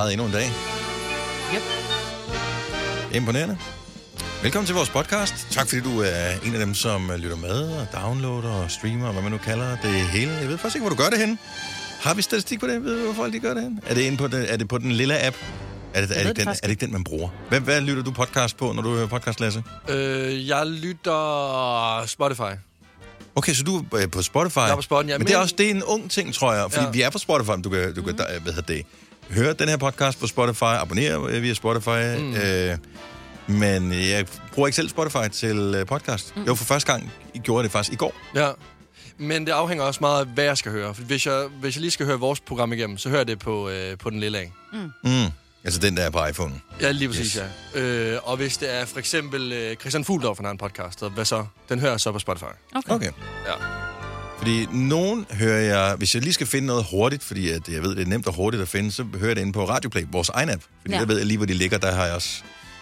klaret endnu en dag. Yep. Imponerende. Velkommen til vores podcast. Tak fordi du er en af dem, som lytter med og downloader og streamer, og hvad man nu kalder det hele. Jeg ved faktisk ikke, hvor du gør det henne. Har vi statistik på det? Ved du, hvor folk de gør det henne? Er det på den lille app? Er det ikke den, man bruger? Hvad lytter du podcast på, når du hører podcast, Lasse? Jeg lytter Spotify. Okay, så du er på Spotify. Jeg er på Spotify, ja. Men det er en ung ting, tror jeg. Fordi vi er på Spotify, du kan høre den her podcast på Spotify, abonnere via Spotify. Men jeg bruger ikke selv Spotify til podcast. Det var for første gang, I gjorde det faktisk i går. Ja, men det afhænger også meget af, hvad jeg skal høre. For hvis jeg lige skal høre vores program igennem, så hører jeg det på den lille af. Altså den, der er på iPhone. Ja, lige præcis, ja. Og hvis det er for eksempel Christian Fuldorf, han har en podcast, og hvad så? Den hører jeg så på Spotify. Okay. Ja. Fordi nogen hører jeg, hvis jeg lige skal finde noget hurtigt, fordi at jeg ved, det er nemt og hurtigt at finde, så hører jeg det inde på Radioplay, vores egen app. Fordi der ved jeg lige, hvor de ligger, der har jeg også,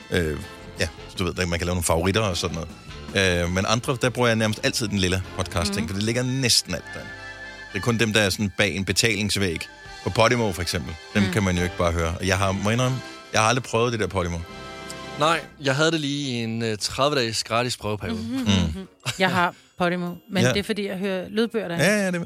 så du ved, der man kan lave nogle favoritter og sådan noget. Men andre, der bruger jeg nærmest altid den lille podcast-ting, for det ligger næsten alt der. Det er kun dem, der er sådan bag en betalingsvæg. På Podimo for eksempel. Dem kan man jo ikke bare høre. Og jeg har aldrig prøvet det der Podimo. Nej, jeg havde det lige i en 30-dages gratis prøveperiode. Jeg har Podimo, men det er fordi, jeg hører lydbøger derinde.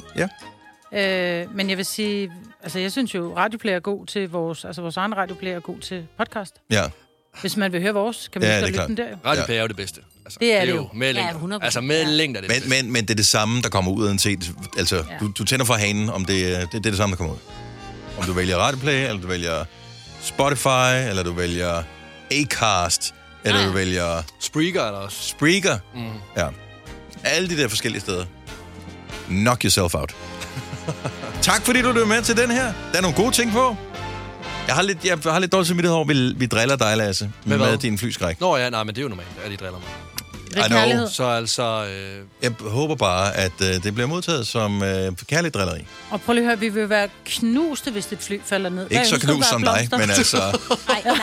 Men jeg vil sige, altså jeg synes jo, Radioplayer er god til vores egen Radioplayer er god til podcast. Ja. Hvis man vil høre vores, kan man lige lytte den der. Radioplayer er jo det bedste. Altså, det er det jo. Med længder. Altså med længder er det bedste. Men det er det samme, der kommer ud af en set. Altså, du tænder for hanen, om det er det samme, der kommer ud. Om du vælger Radioplay, eller du vælger Spotify, eller du vælger Acast, eller du vælger... Spreaker er der også. Spreaker? Ja. Alle de der forskellige steder. Knock yourself out. Tak fordi du løb med til den her. Der er nogle gode ting på. Jeg har lidt dårligt samvittighed over, vi driller dig, Lasse, med din flyskræk. Nå ja, nej, men det er jo normalt, at de driller mig. Så altså... Jeg håber bare, at det bliver modtaget som kærlig drilleri. Og prøv lige at høre, vi vil være knuste, hvis det fly falder ned. Ikke så knust som dig, men altså... Nej, lad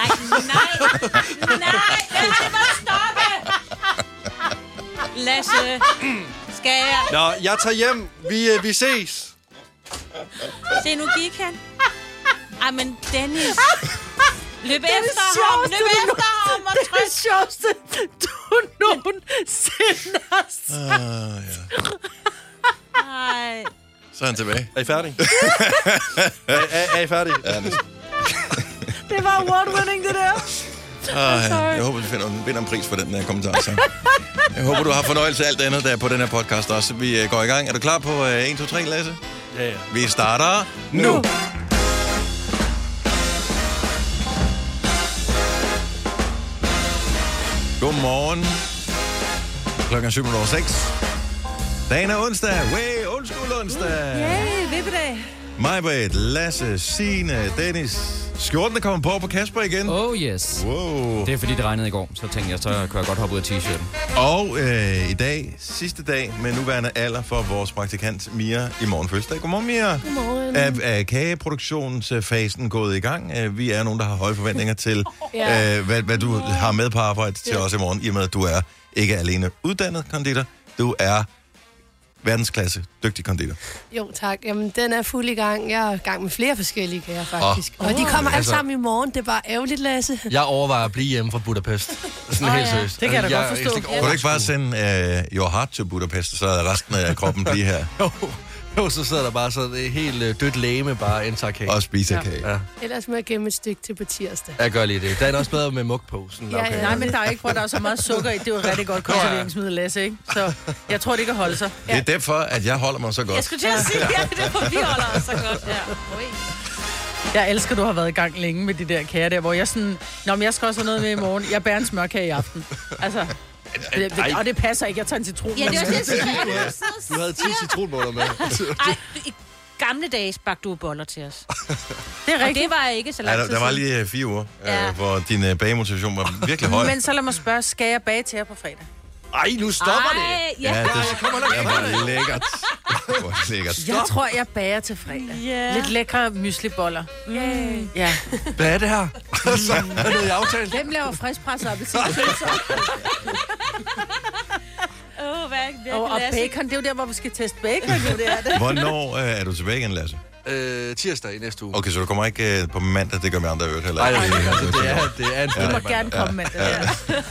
det bare stoppe! Lasse, skal jeg... Nå, jeg tager hjem. Vi ses. Se, nu gik han. Ej, men Dennis... Løb efter ham og tryk. Det er det sjoveste, du nogensinde har sagt. Nej. Så er han tilbage. Er I færdige? er I færdige? Ja, det var award-winning, det der. Jeg håber, vi vinder en pris for den her kommentar. Så. Jeg håber, du har fornøjelse af alt andet, der er på den her podcast også. Vi går i gang. Er du klar på 1, 2, 3, Lasse? Ja. Vi starter nu. Godmorgen. Klokken er 7:06. Dagen er onsdag. Undskyld onsdag. Vippedag. Majbrit, Lasse, Signe, Dennis. Skjorten er kommet på Kasper igen. Oh yes. Wow. Det er fordi, det regnede i går, så tænkte jeg, så kan jeg godt hoppe ud af t-shirten. Og i dag, sidste dag med nuværende alder for vores praktikant Mia i morgen fødselsdag. Godmorgen, Mia. Godmorgen. Er kageproduktionsfasen gået i gang? Vi er nogen, der har høje forventninger til, hvad du har med på arbejde til os i morgen, i og med, at du er ikke alene uddannet konditor. Du er verdensklasse dygtig konditor. Jo, tak. Jamen, den er fuld i gang. Jeg er i gang med flere forskellige kager, faktisk. Og de kommer alle sammen i morgen. Det er bare ærgerligt, Lasse. Jeg overvejer at blive hjemme fra Budapest. Sådan helt seriøst. Det kan jeg da godt forstå. Kan du ikke bare sende your heart to Budapest, så er resten af kroppen blive her? Jo, så sidder der bare så det helt dødt læme, bare indtager kage. Og spiser kage. Ja. Ellers må jeg gemme et stykke til på tirsdag. Jeg gør lige det. Der er også bedre med mug på. Sådan, Ja. Nej, men der er ikke, hvor der er så meget sukker i. Det er jo et rigtig godt konserveringsmiddel, Lasse, ikke? Så jeg tror, det kan holde sig. Det er derfor, at jeg holder mig så godt. Jeg skulle til at sige, det er for vi holder os så godt. Ja. Jeg elsker, at du har været i gang længe med de der kager der, hvor jeg sådan... Nå, men jeg skal også have noget med i morgen. Jeg bærer en smørkage i aften. Altså... Og det passer ikke. Jeg tager en citron. Ja, det var det, du havde 10 citronboller med. Ej, i gamle dage bagte du boller til os. Det er Og rigtigt. det var ikke så lang tid Der var lige 4 uger, hvor din bagemotivation var virkelig høj. Men så lad mig spørge, skal jeg bage til jer på fredag? Ej, nu stopper det. Ja, det var lækkert. Hvor lækkert. Jeg tror, jeg bager til fredag. Yeah. Lidt lækre mysliboller. Ja. Hvad er det her? Hvad er det, jeg aftalt? Hvem laver friskpresset appelsin? Og bacon, det er jo der, hvor vi skal teste bacon. Det er det. Hvornår er du tilbage igen, Lasse? tirsdag i næste uge. Okay, så du kommer ikke på mandag, det gør med andre øvrigt heller. Nej, det er en fredag. Du må gerne komme mandag.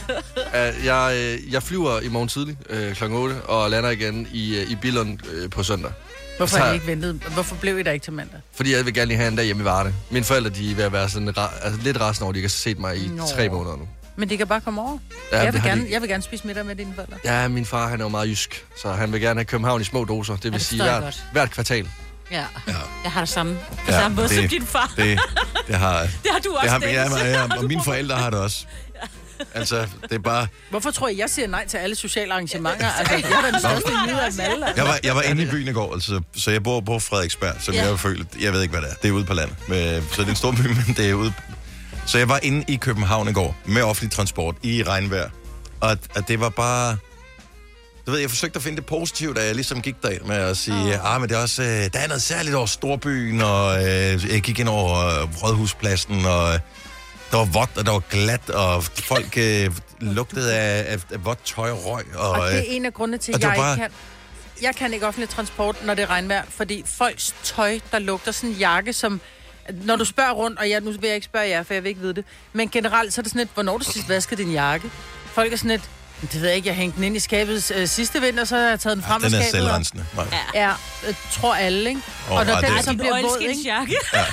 Jeg flyver i morgen tidlig, kl. 8, og lander igen i Billund på søndag. Hvorfor har I ikke ventet? Hvorfor blev I der ikke til mandag? Fordi jeg vil gerne lige have en dag hjemme i Varde. Mine forældre, de er ved at være sådan lidt resten over, de ikke har set mig i 3 måneder nu. Men de kan bare komme over. Ja, jeg vil gerne spise middag med dine forældre. Ja, min far, han er jo meget jysk, så han vil gerne have København i små doser. Det vil sige hvert kvartal. Ja. Jeg har det samme. På samme måde som din far. Det har du også, ja, og mine forældre har det også. Altså, det er bare... Hvorfor tror jeg siger nej til alle sociale arrangementer? Altså, jeg var den største nyder af dem alle. Jeg var inde i byen i går, altså, så jeg bor på Frederiksberg, som jeg føler... Jeg ved ikke, hvad det er. Det er ude på landet. Så det er en stor by, men det er ude... Så jeg var inde i København i går med offentlig transport i regnvejr. Og det var bare... Du ved, jeg forsøgte at finde det positivt, da jeg ligesom gik derind med at sige, men det er også... der er noget særligt over Storbyen, og jeg gik ind over Rådhuspladsen, og... Der var vådt, og der var glat, og folk lugtede af vådt tøj og røg. Og det er en af grundene til, at jeg ikke kan. Jeg kan ikke offentlig transport, når det er regnvejr, fordi folks tøj, der lugter sådan en jakke, som... Når du spørger rundt, og nu vil jeg ikke spørge jer, for jeg vil ikke vide det, men generelt så er det sådan lidt, hvornår du sidst vaskede din jakke? Folk er sådan lidt, det ved jeg ikke, jeg hængte den ind i skabet sidste vinter, så har jeg taget den frem af skabet. Den er selvrensende. Ja, tror alle, ikke? Og når den så bliver våd, ikke? Ja.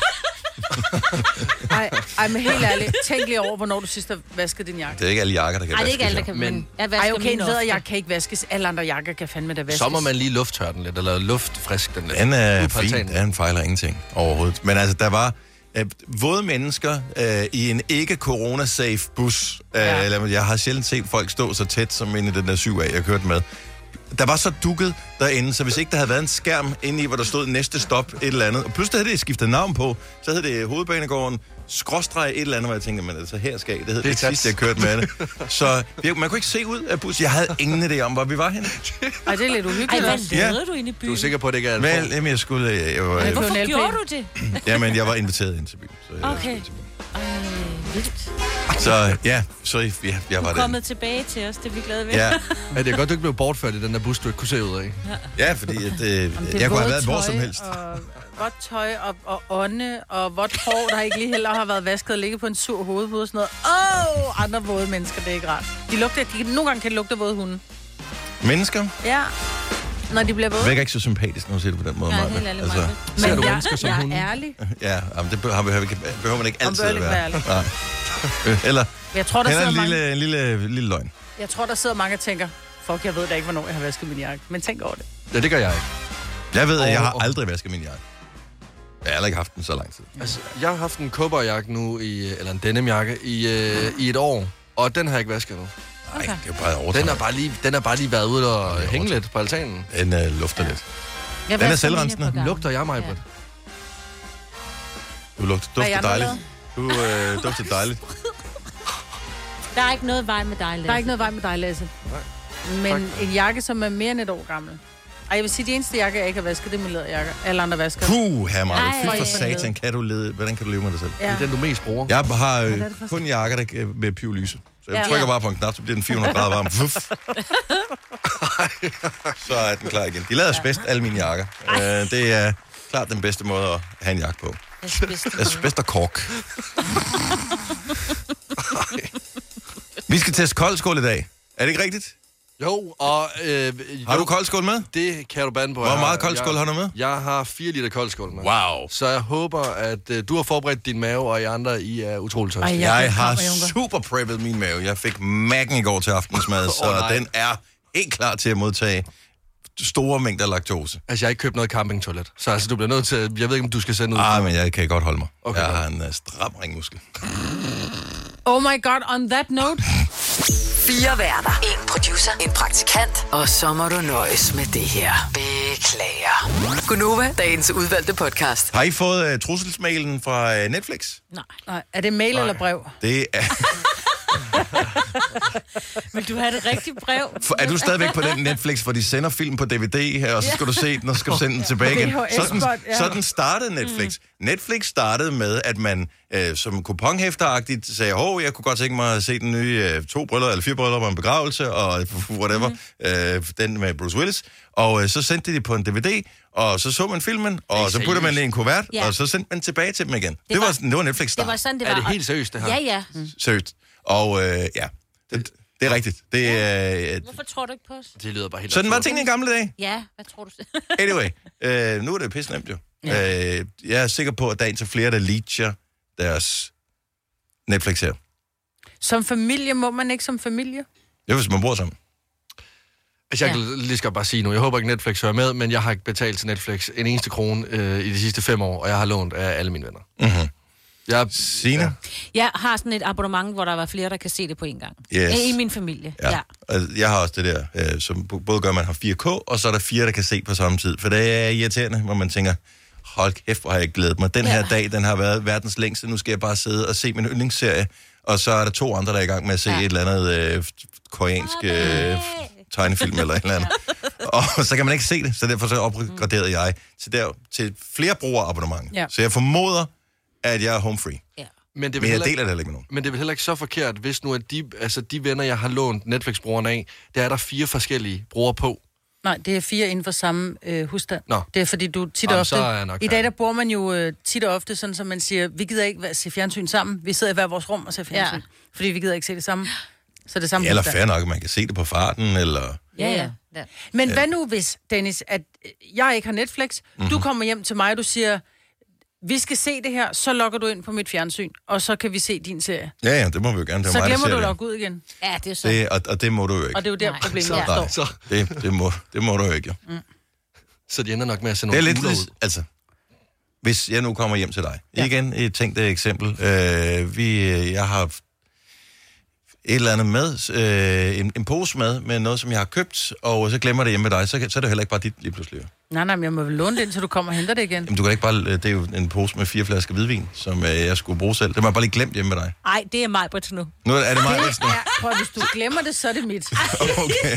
Ej, men helt ærligt, tænk lige over, hvornår du sidst har vasket din jakke. Det er ikke alle jakker, der kan vaskes. Det er ikke alle, der kan, men jeg vasker okay, ved at jeg kan ikke vaskes. Alle andre jakker kan fandme da vaskes. Så må man lige lufttørre den lidt, eller luftfrisk den lidt. Den er fin, den fejler ingenting overhovedet. Men altså, der var våde mennesker i en ikke-corona-safe bus. Jeg har sjældent set folk stå så tæt, som inde i den der 7A, jeg kørte med. Der var så dukket derinde, så hvis ikke der havde været en skærm inde i, hvor der stod næste stop, et eller andet, og pludselig havde det skiftet navn på, så hed det Hovedbanegården, skråstreg et eller andet, hvor jeg tænkte, men altså her skal det hed det sidste, jeg kørte med det. Så man kunne ikke se ud af bussen. Jeg havde ingen idé om, hvor vi var henne. Ej, det er lidt uhyggeligt. Hvad lavede du inde i byen? Du er sikker på, at det ikke er alt? Vel, jeg skulle... Hvorfor gjorde du det? Jamen, jeg var inviteret ind til byen. Så okay. Vildt. Så jeg var der. Du er kommet tilbage til os, det er vi glade ved. Ja. Det er godt, du ikke blev bortført i den der bus, du ikke kunne se ud af. Ja, fordi jeg kunne have været hvor som helst. Vådt tøj og ånde og vådt hår, der ikke lige heller har været vasket og ligget på en sur hovedpude og sådan noget. Andre våde mennesker, det er ikke rart. Nogle gange kan det lugte våde hunde. Mennesker? Ja. Når de bliver våde. Det er ikke så sympatisk, når du siger det på den måde. Ja, helt ærligt, altså, men jeg er ærlig. Ja, men det behøver man ikke altid at være. Nej. Eller jeg tror, der sidder en lille løgn. Jeg tror, der sidder mange og tænker, fuck, jeg ved da ikke, hvornår jeg har vasket min jakke. Men tænk over det. Ja, det gør jeg ikke. Jeg ved, at jeg har aldrig vasket min jakke. Jeg har aldrig ikke haft den så lang tid. Altså, jeg har haft en cowboyjakke nu, eller en denimjakke, i et år, og den har jeg ikke vasket nu. Nej, det er bare overtaget. Den har bare lige været ude og hænge lidt på altanen. Den lufter lidt. Den er selvrensende. Lugter jeg mig, Britt? Du dufter dejligt. Du dufter dejligt. Der er ikke noget vej med dig, Lasse. Der er ikke noget vej med dig, Lasse. Nej. Men en jakke, som er mere end et år gammel. Ej, jeg vil sige, de eneste jakker, jeg ikke har vasket, det er min læderjakke. Alle andre vasker. Herr Marie. Fy for satan, hvordan kan du leve med dig selv? Ja. Det er den, du mest bruger. Jeg har kun jakker, der med pyrolyse. Så jeg trykker bare på en knap, så bliver den 400 grader varm. Så er den klar igen. De lader asbest, alle mine jakker. Det er klart den bedste måde at have en jakke på. Asbest og kork. Vi skal teste koldskål i dag. Er det ikke rigtigt? Jo, og... har du koldskål med? Det kan du bande på. Hvor meget koldskål har du med? Jeg har 4 liter koldskål med. Wow. Så jeg håber, at du har forberedt din mave, og I andre, I er utroligt tørste. Jeg har super preppet min mave. Jeg fik Mac'en i går til aftensmad, så den er helt klar til at modtage store mængder laktose. Altså, jeg har ikke købt noget campingtoilet. Så altså, du bliver nødt til... Jeg ved ikke, om du skal sende ud. Men jeg kan godt holde mig. Okay, jeg har en stram ringmuskel. Oh my god, on that note... 4 værter, 1 producer, 1 praktikant, og så må du nøjes med det her. Beklager. Gunova, dagens udvalgte podcast. Har I fået trusselsmailen fra Netflix? Nej. Er det mail eller brev? Det er... Vil du have det rigtige brev? Er du stadigvæk på den Netflix, hvor de sender film på DVD her, og så skal du se den, og så skal du sende den tilbage igen? Sådan startede Netflix. Netflix startede med, at man som kuponhæfteragtigt sagde, jeg kunne godt tænke mig at se den nye 2 bryllupper eller 4 bryllupper og en begravelse, og whatever, den med Bruce Willis. Og så sendte de på en DVD, og så man filmen, og så puttede man i en kuvert, og så sendte man tilbage til dem igen. Det var Netflix start. Det var sådan, det var. Er det helt seriøst, det her? Ja. Seriøst. Og det er rigtigt. Hvorfor tror du ikke på os? Det lyder bare helt sådan var tingene i gamle dage. Ja, hvad tror du? Anyway, nu er det pisse nemt jo. Ja. Jeg er sikker på, at der er indtil flere, der leacher deres Netflix her. Som familie må man ikke som familie? Det er, hvis man bor sammen. Altså, jeg kan lige skal bare sige nu, jeg håber ikke Netflix hører med, men jeg har ikke betalt til Netflix en eneste krone i de sidste 5 år, og jeg har lånt af alle mine venner. Mm-hmm. Signe? Ja. Jeg har sådan et abonnement, hvor der var flere, der kan se det på en gang. Yes. I min familie, ja. Jeg har også det der, som både gør, at man har 4K, og så er der 4, der kan se på samme tid. For det er irriterende, hvor man tænker, hold kæft, hvor har jeg glædet mig. Den her dag, den har været verdens længste. Nu skal jeg bare sidde og se min yndlingsserie. Og så er der 2 andre, der er i gang med at se et eller andet koreansk tegnefilm eller et eller andet. Og så kan man ikke se det, så derfor så opgraderede jeg til flere brugerabonnement. Ja. Så jeg formoder, at jeg er home free. Ja. Men jeg deler det heller ikke med nogen. Men det er vel heller ikke så forkert, hvis nu at de venner, jeg har lånt Netflix-brugerne af, der er der 4 forskellige brugere på. Nej, det er 4 inden for samme husstand. Nå. Det er fordi, du tit og ofte... I dag der bor man jo tit og ofte sådan, som man siger, vi gider ikke se fjernsyn sammen. Vi sidder i hver vores rum og ser fjernsyn. Ja. Fordi vi gider ikke se det samme. Så det samme eller fair nok, man kan se det på farten, eller... Ja. Men hvad nu hvis, Dennis, at jeg ikke har Netflix, du kommer hjem til mig, og du siger... Vi skal se det her, så logger du ind på mit fjernsyn, og så kan vi se din serie. Ja, det må vi jo gerne. Det så glemmer du at logge ud igen. Ja, det er så. Og det må du jo ikke. Og det er jo der problemet opstår. Det må du jo ikke, jo. Så de ender nok med at sende nogle ud. Altså, hvis jeg nu kommer hjem til dig. Igen et tænkt eksempel. Jeg har et eller andet med, en pose med noget, som jeg har købt, og så glemmer det hjemme med dig, så er det heller ikke bare dit lige pludselig. Nej, men jeg må vel låne den, så du kommer og henter det igen. Jamen, du kan ikke bare... Det er jo en pose med 4 flasker hvidvin, som jeg skulle bruge selv. Det må jeg bare lige glemt hjemme med dig. Nej, det er mig, Britt, nu. Nu er det mig, Britt, nu? Prøv, hvis du glemmer det, så er det mit. Okay.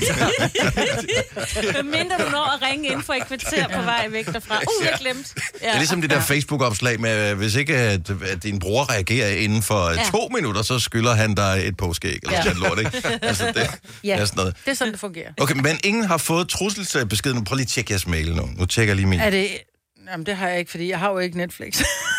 Men mindre du når at ringe ind for et kvarter på vej væk derfra. Jeg glemt. Ja. Det er ligesom det der Facebook-opslag med, hvis ikke at din bror reagerer inden for 2 minutter, så skylder han dig et påskæg, eller sådan lort, ikke? Altså, det er sådan noget. Det er sådan, det fungerer. Okay, men ingen har fået trusselsbeskeden. Prøv lige at tjekke jeres mail nu. Nu tjekker jeg lige min. Jamen, det har jeg ikke, fordi jeg har jo ikke Netflix.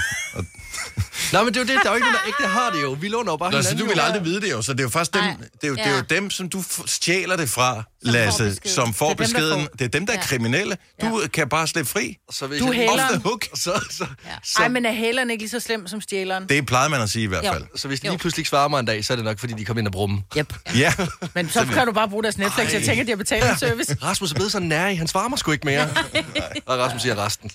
Nej, men det er jo det. Der er jo ikke nogen, der ikke har det jo. Vi låner jo bare hinanden. Så du vil aldrig vide det jo. Så det er jo faktisk dem, det er jo dem, som du stjæler det fra, Lasse, som får beskeden. Det er dem, der er kriminelle. Du kan bare slippe fri. Så du hæleren. Ej, men er hæleren ikke lige så slem som stjæleren? Det plejede man at sige i hvert fald. Så hvis de lige pludselig svarer mig en dag, så er det nok, fordi de kommer ind og brumme. Yep. Ja. Men så kan du bare bruge deres Netflix. Jeg tænker, at de har betalt en service. Rasmus er blevet så nær i. Han svarer mig sgu ikke mere. Og Rasmus siger resten.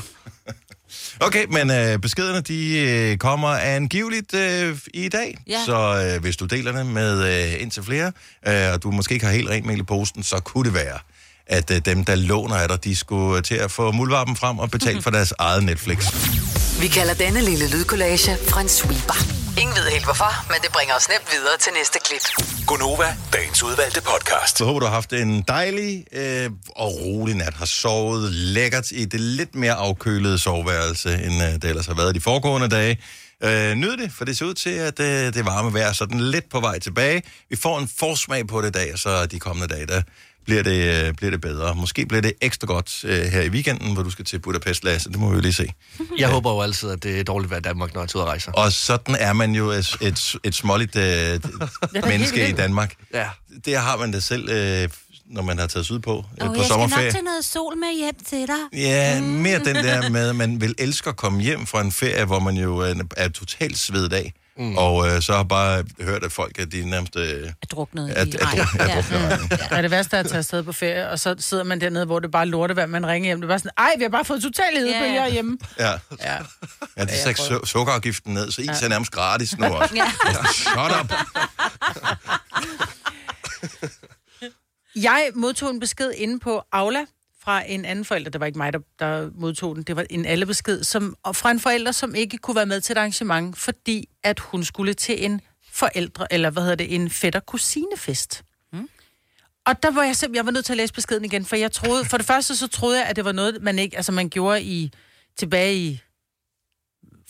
Okay, men beskederne, de kommer angiveligt i dag. Ja. Så hvis du deler det med indtil flere, og du måske ikke har helt rent mel i posten, så kunne det være, at dem, der låner af dig, de skulle til at få muldvarpen frem og betale for deres eget Netflix. Vi kalder denne lille lydkollage en sweeper. Ingen ved helt hvorfor, men det bringer os nemt videre til næste klip. Gonova, dagens udvalgte podcast. Så håber du har haft en dejlig og rolig nat. Har sovet lækkert i det lidt mere afkølede soveværelse, end det ellers har været de foregående dage. Nyd det, for det ser ud til, at det varme vejr er sådan lidt på vej tilbage. Vi får en forsmag på det i dag, og så de kommende dage, der bliver det bedre. Måske bliver det ekstra godt her i weekenden, hvor du skal til Budapest, Lasse. Det må vi jo lige se. Jeg håber jo altid, at det er dårligt vejr i Danmark, når jeg tager ud og rejser. Og sådan er man jo et småligt menneske i Danmark. Ja. Det har man det selv, når man har taget sydpå på sommerferie. Jeg skal nok tage noget sol med hjem til dig. Ja, mere den der med, at man vil elske at komme hjem fra en ferie, hvor man jo er totalt svedet af. Og så har bare hørt, at folk de nærmest er druknet i regnen. Ja, det værste er at tage afsted på ferie, og så sidder man dernede, hvor det bare lortevejr, man ringer hjem. Det er bare sådan, vi har bare fået totalt hedebølger hjemme. Ja, det er sukkerafgiften ned, så is er nærmest gratis nu også. Shut up! Jeg modtog en besked inde på Aula fra en anden forælder. Det var ikke mig, der modtog den. Det var en alle-besked fra en forælder, som ikke kunne være med til et arrangement, fordi at hun skulle til en en fætter-kusinefest. Og der var jeg var nødt til at læse beskeden igen, for jeg troede, for det første så troede jeg, at det var noget, man ikke, altså man gjorde tilbage i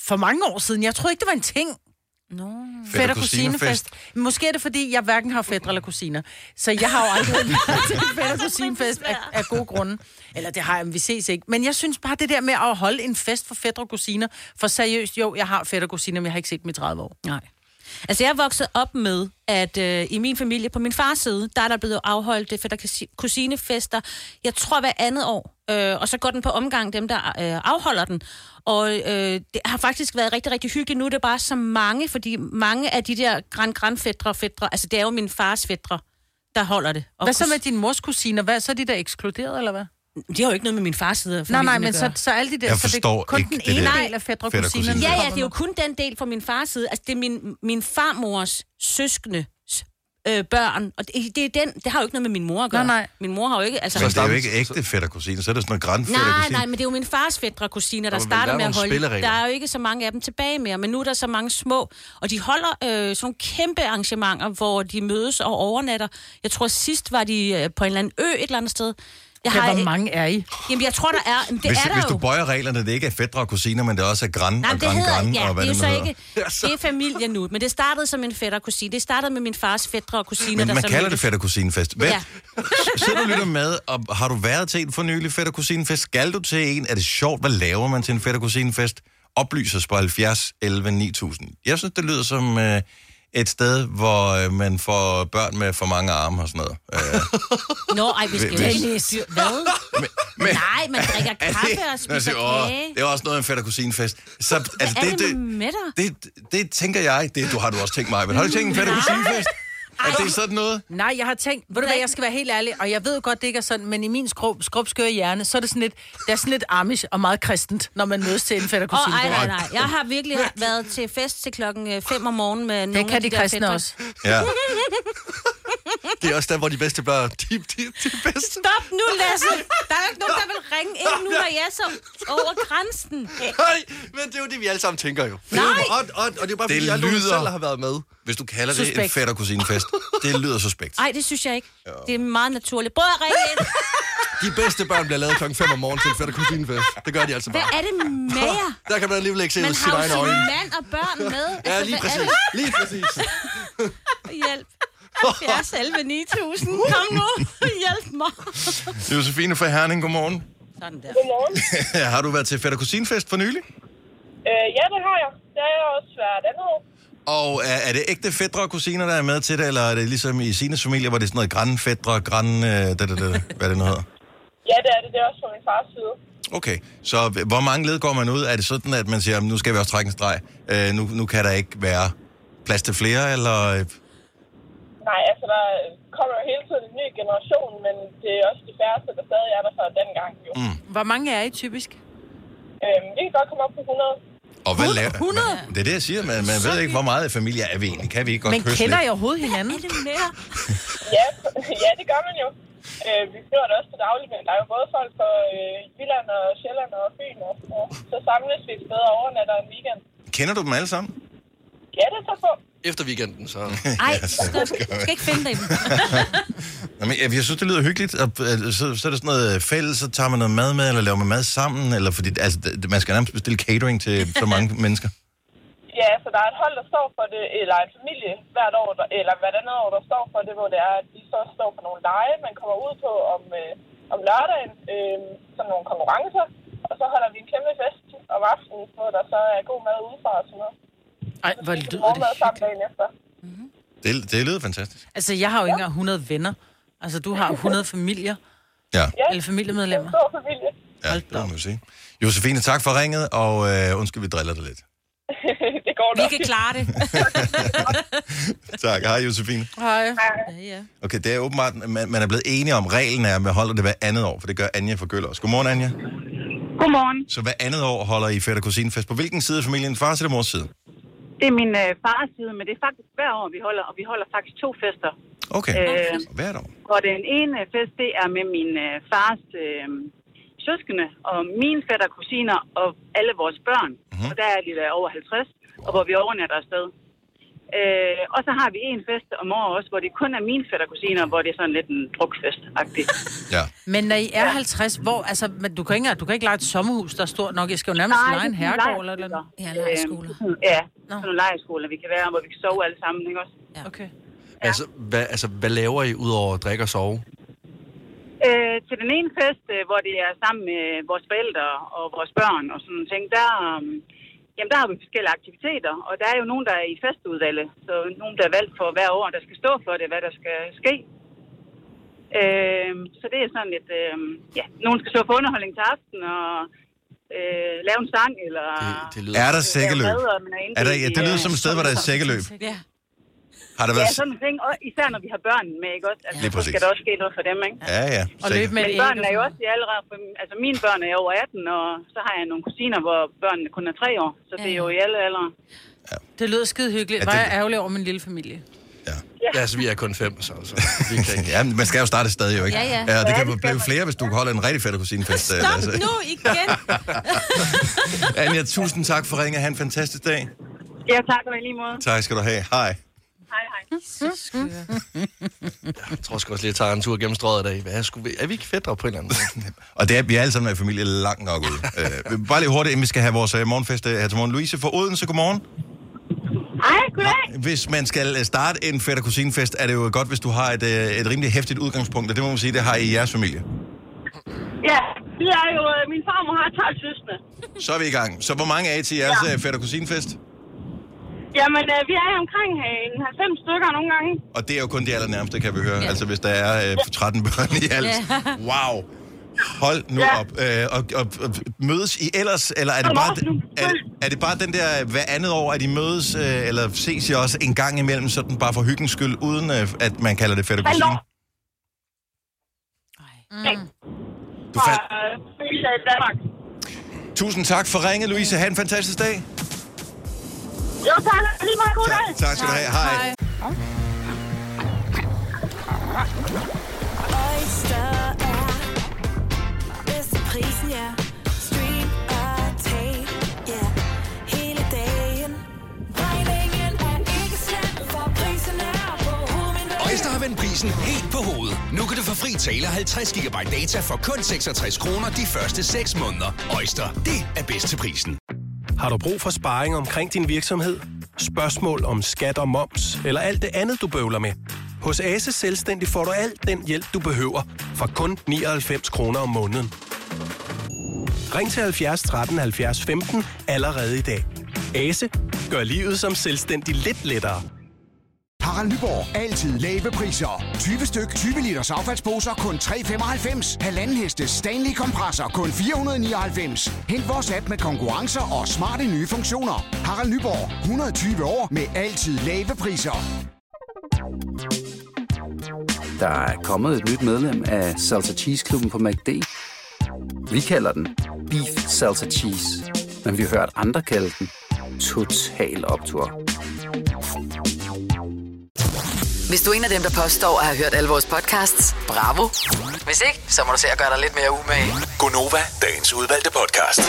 for mange år siden. Jeg troede ikke, det var en ting. Fætter-kusinefest. Måske er det, fordi jeg hverken har fætter eller kusiner. Så jeg har jo aldrig været til en fætter-kusinefest af gode grunde. Eller det har jeg, vi ses ikke. Men jeg synes bare, det der med at holde en fest for fætter og kusiner, for seriøst, jo, jeg har fætter og kusiner, men jeg har ikke set dem i 30 år. Nej. Altså, jeg er vokset op med, at i min familie, på min fars side, der er der blevet afholdt fætter-kusinefester, jeg tror hver andet år. Og så går den på omgang, dem der afholder den. Og det har faktisk været rigtig, rigtig hyggeligt. Nu er det bare så mange, fordi mange af de der grand-fætre, altså det er jo min fars fætre, der holder det. Og hvad så med din mors kusiner? Hvad, så er de der ekskluderet, eller hvad? Det har jo ikke noget med min fars side af familien. Nej, men så alle de der, så det er kun den ene del af fætter og kusiner. Ja, det er jo kun den del fra min fars side. Altså, det er min farmors søskende børn, og det er den, det har jo ikke noget med min mor at gøre. Nej. Min mor har jo ikke... Altså, så det er jo ikke ægte fætter og kusiner, så er det sådan noget grandfætter-kusiner. Nej, men det er jo min fars fætter og kusiner, der starter med at holde. Der er jo ikke så mange af dem tilbage mere, men nu er der så mange små, og de holder sådan nogle kæmpe arrangementer, hvor de mødes og overnatter. Jeg tror sidst var de på en eller anden ø et eller andet sted. Hvor mange er I? Jamen, jeg tror, der er... Hvis du bøjer reglerne, det ikke er fætter og kusiner, men det også er græn og græn ja, og hvad det det er nu jo så ikke... Det er familie nu, men det startede som en fætter og kusine. Det startede med min fars fætter og kusiner. Men man kalder det fætter og kusinefest. Ja. Så du lytter med, og har du været til en for nylig fætter og kusinefest? Skal du til en? Er det sjovt? Hvad laver man til en fætter og kusinefest? Oplys os på 70 11 9000. Jeg synes, det lyder som... et sted, hvor man får børn med for mange arme og sådan noget. Vi skal jo ikke... Hvad? Nej, man drikker kaffe og spiser kage. Det er også noget af en fætter kusinefest. Så, altså, hvad er det med dig? Det tænker jeg. Du har du også tænkt mig. Men har du tænkt en fætter kusinefest? Er det sådan noget? Nej, jeg har tænkt, ved du hvad, jeg skal være helt ærlig, og jeg ved godt, det ikke er sådan, men i min skrubskøre hjerne, så er det sådan lidt, det er sådan lidt amish og meget kristent, når man mødes til en fætter kusine. Nej. Jeg har virkelig været til fest til 5 om morgenen med nogle af de der fætter. Det kan de kristne også. Ja. Det er også der, hvor de bedste børn, de bedste. Stop nu, Lasse! Der er ikke nogen, der vil ringe ind nu, når jeg er så over grænsen. Nej, men det er jo det, vi alle sammen tænker jo. Nej! Og det er bare fordi, jeg selv har været med. Hvis du kalder det en fætter kusinefest, det lyder suspekt. Nej, det synes jeg ikke. Jo. Det er meget naturligt. Prøv at ringe ind. De bedste børn bliver lavet 5 om morgenen til en fætter kusinefest. Det gør de altså bare. Hvad er det med jer? Der kan man alligevel ikke se ud sine egne øjne. Man har jo mand og børn med. Ja, lige præcis. Lige præcis. Hjælp. 70 11 9000. Kom nu. Hjælp mig. Josefine fra Herning, godmorgen. Sådan der. Godmorgen. Har du været til fætter kusinefest for nylig? Ja, det har jeg. Det er jeg også hvert andet år. Og er det ægte fætre og kusiner, der er med til det, eller er det ligesom i Sines familie, hvor det er sådan noget grandfætre, hvad det nu hedder? Ja, det er det. Det er også fra min fars side. Okay, så hvor mange led går man ud? Er det sådan, at man siger, nu skal vi også trække en streg? Nu kan der ikke være plads til flere, eller... Nej, altså der kommer jo hele tiden en ny generation, men det er også de færreste, der stadig er der fra dengang. Jo. Hvor mange er I typisk? Vi kan godt komme op på 100. Og hvad laver 100? Det er det, jeg siger. Man ved ikke, hvor meget familie er vi egentlig. Kan vi ikke godt kysse lidt? Men kender I overhovedet hinanden? Er det mere? Ja, det gør man jo. Vi fører det også til daglig, men der er jo både folk fra Jylland og Sjælland og Fyn. Og så samles vi et sted og overnatter en weekend. Kender du dem alle sammen? Ja, det er så på. Efter weekenden, så... Ej, stop. Du skal ikke finde dem. Jamen, jeg synes, det lyder hyggeligt. Og, så er det sådan noget fælles, så tager man noget mad med, eller laver man mad sammen, eller fordi altså, man skal nærmest bestille catering til så mange mennesker. Ja, så der er et hold, der står for det, eller en familie hvert år, eller hvert andet år, der står for det, hvor det er, at de så står for nogle lege, man kommer ud på om lørdagen, sådan nogle konkurrencer, og så holder vi en kæmpe fest om aftenen, hvor der så er god mad udefra og sådan noget. Ej, hvor lyder det hyggeligt. Det lyder fantastisk. Altså, jeg har jo ikke engang 100 venner. Altså, du har 100 familier. Ja. Eller familiemedlemmer. Det er en stor familie. Ja, det må man sige. Josefine, tak for ringet, og undskyld, vi driller dig lidt. Det går nok. Vi kan klare det. Tak. Hej, Josefine. Hej. Ja. Okay, det er åbenbart, man er blevet enige om reglen er, at man holder det hver andet år, for det gør Anja fra Gøl også. Godmorgen, Anja. Godmorgen. Så hver andet år holder I fætter kusinefest. På hvilken side af familien? Fars eller mors side? Det er min fars side, men det er faktisk hver år, vi holder, og vi holder faktisk 2 fester. Okay, hvert år. Og den ene fest, det er med min fars søskende, og mine fætter, kusiner og alle vores børn. Og der er de der over 50, og hvor vi overnatter afsted. Og så har vi en fest om året også, hvor det kun er mine fætter og kusiner, hvor det er sådan lidt en drukfest-agtigt. Ja. Men når I er 50, hvor, altså, du kan ikke lege et sommerhus, der er stort nok. I skal jo nærmest lege en herregård eller noget. Ja, lejeskoler. Ja, sådan nogle lejeskoler, vi kan være, hvor vi kan sove alle sammen, ikke også? Ja. Okay. Altså, hvad laver I udover at drikke og sove? Til den ene fest, hvor det er sammen med vores forældre og vores børn og sådan nogle ting, der har vi forskellige aktiviteter, og der er jo nogen, der er i festudvalget, så nogen, der er valgt for hver år, der skal stå for det, hvad der skal ske. Så det er sådan lidt, nogen skal stå for underholdning til aften og lave en sang, eller... Det lyder... Er der sækkeløb? Det lyder som et sted, hvor der er sækkeløb. Ja. Har der været... Ja, sådan en ting, og især når vi har børn med, ikke også? Altså, så skal der også ske noget for dem, ikke? Ja. Og løbe med børnene er jo også allerede... Altså, mine børn er over 18, og så har jeg nogle kusiner, hvor børnene kun er 3 år. Så det er jo i alle aldre. Ja. Det lyder skide hyggeligt. Var jeg ærgerlig over min lille familie. Ja, altså vi er kun 5, så vi kan ikke. Ja, man skal jo starte et sted jo, ikke? Ja. Det kan blive flere, hvis du holder en rigtig fætter kusinefest. Stop nu igen! Anja, tusind tak for ringen. Ha' en fantastisk dag. Ja, tak og i lige måde. Tak skal du have. Hej. Hej. Jeg tror også lige, at jeg tager en tur gennem strøget i dag. Er vi ikke fætter på en eller anden måde? Og det er, vi er alle sammen i familie langt nok ude. Bare lige hurtigt, inden vi skal have vores morgenfest her til morgen. Louise fra Odense, godmorgen. Hej, goddag. Hvis man skal starte en fætter-kusinefest, er det jo godt, hvis du har et rimelig hæftigt udgangspunkt, og det må man sige, det har I jeres familie. Ja, det er jo, min farmor har 12 søstre. Så er vi i gang. Så hvor mange er I til jeres fætter-kusinefest? Jamen, vi er omkring 90 stykker nogle gange. Og det er jo kun de allernærmeste, kan vi høre. Ja. Altså, hvis der er 13 børn i alt. Ja. Wow. Hold nu op. Og mødes I ellers, eller er det bare... Er det bare den der hver andet år, at I mødes, eller ses I også en gang imellem, sådan bare for hyggens skyld, uden at man kalder det fætter kusine? Du Tusind tak for ringet, Louise. Ha' en fantastisk dag. Jo, tak. Lige meget god dag. Tak skal du have. Hej. Prisen, ja. Stream og tag, ja. Hele dagen. Regningen er ikke slem, for prisen er på hovedet. Øjster har vendt prisen helt på hovedet. Nu kan du få fri tale 50 GB data for kun 66 kroner de første 6 måneder. Øjster, det er bedst til prisen. Har du brug for sparring omkring din virksomhed? Spørgsmål om skat og moms, eller alt det andet, du bøvler med? Hos Ase Selvstændig får du alt den hjælp, du behøver, for kun 99 kroner om måneden. Ring til 70 13 70 15 allerede i dag. Ase gør livet som selvstændig lidt lettere. Harald Nyborg. Altid lave priser. 20 styk, 20 liters affaldsposer kun 3,95. Halvanden heste Stanley kompresser kun 499. Hent vores app med konkurrencer og smarte nye funktioner. Harald Nyborg. 120 år med altid lave priser. Der er kommet et nyt medlem af Salsa Cheese Klubben på McD. Vi kalder den Beef Salsa Cheese, men vi har hørt andre kalde den Total Optur. Hvis du er en af dem, der påstår at have hørt alle vores podcasts, bravo. Hvis ikke, så må du se at gøre dig lidt mere umage. Gonova, dagens udvalgte podcast.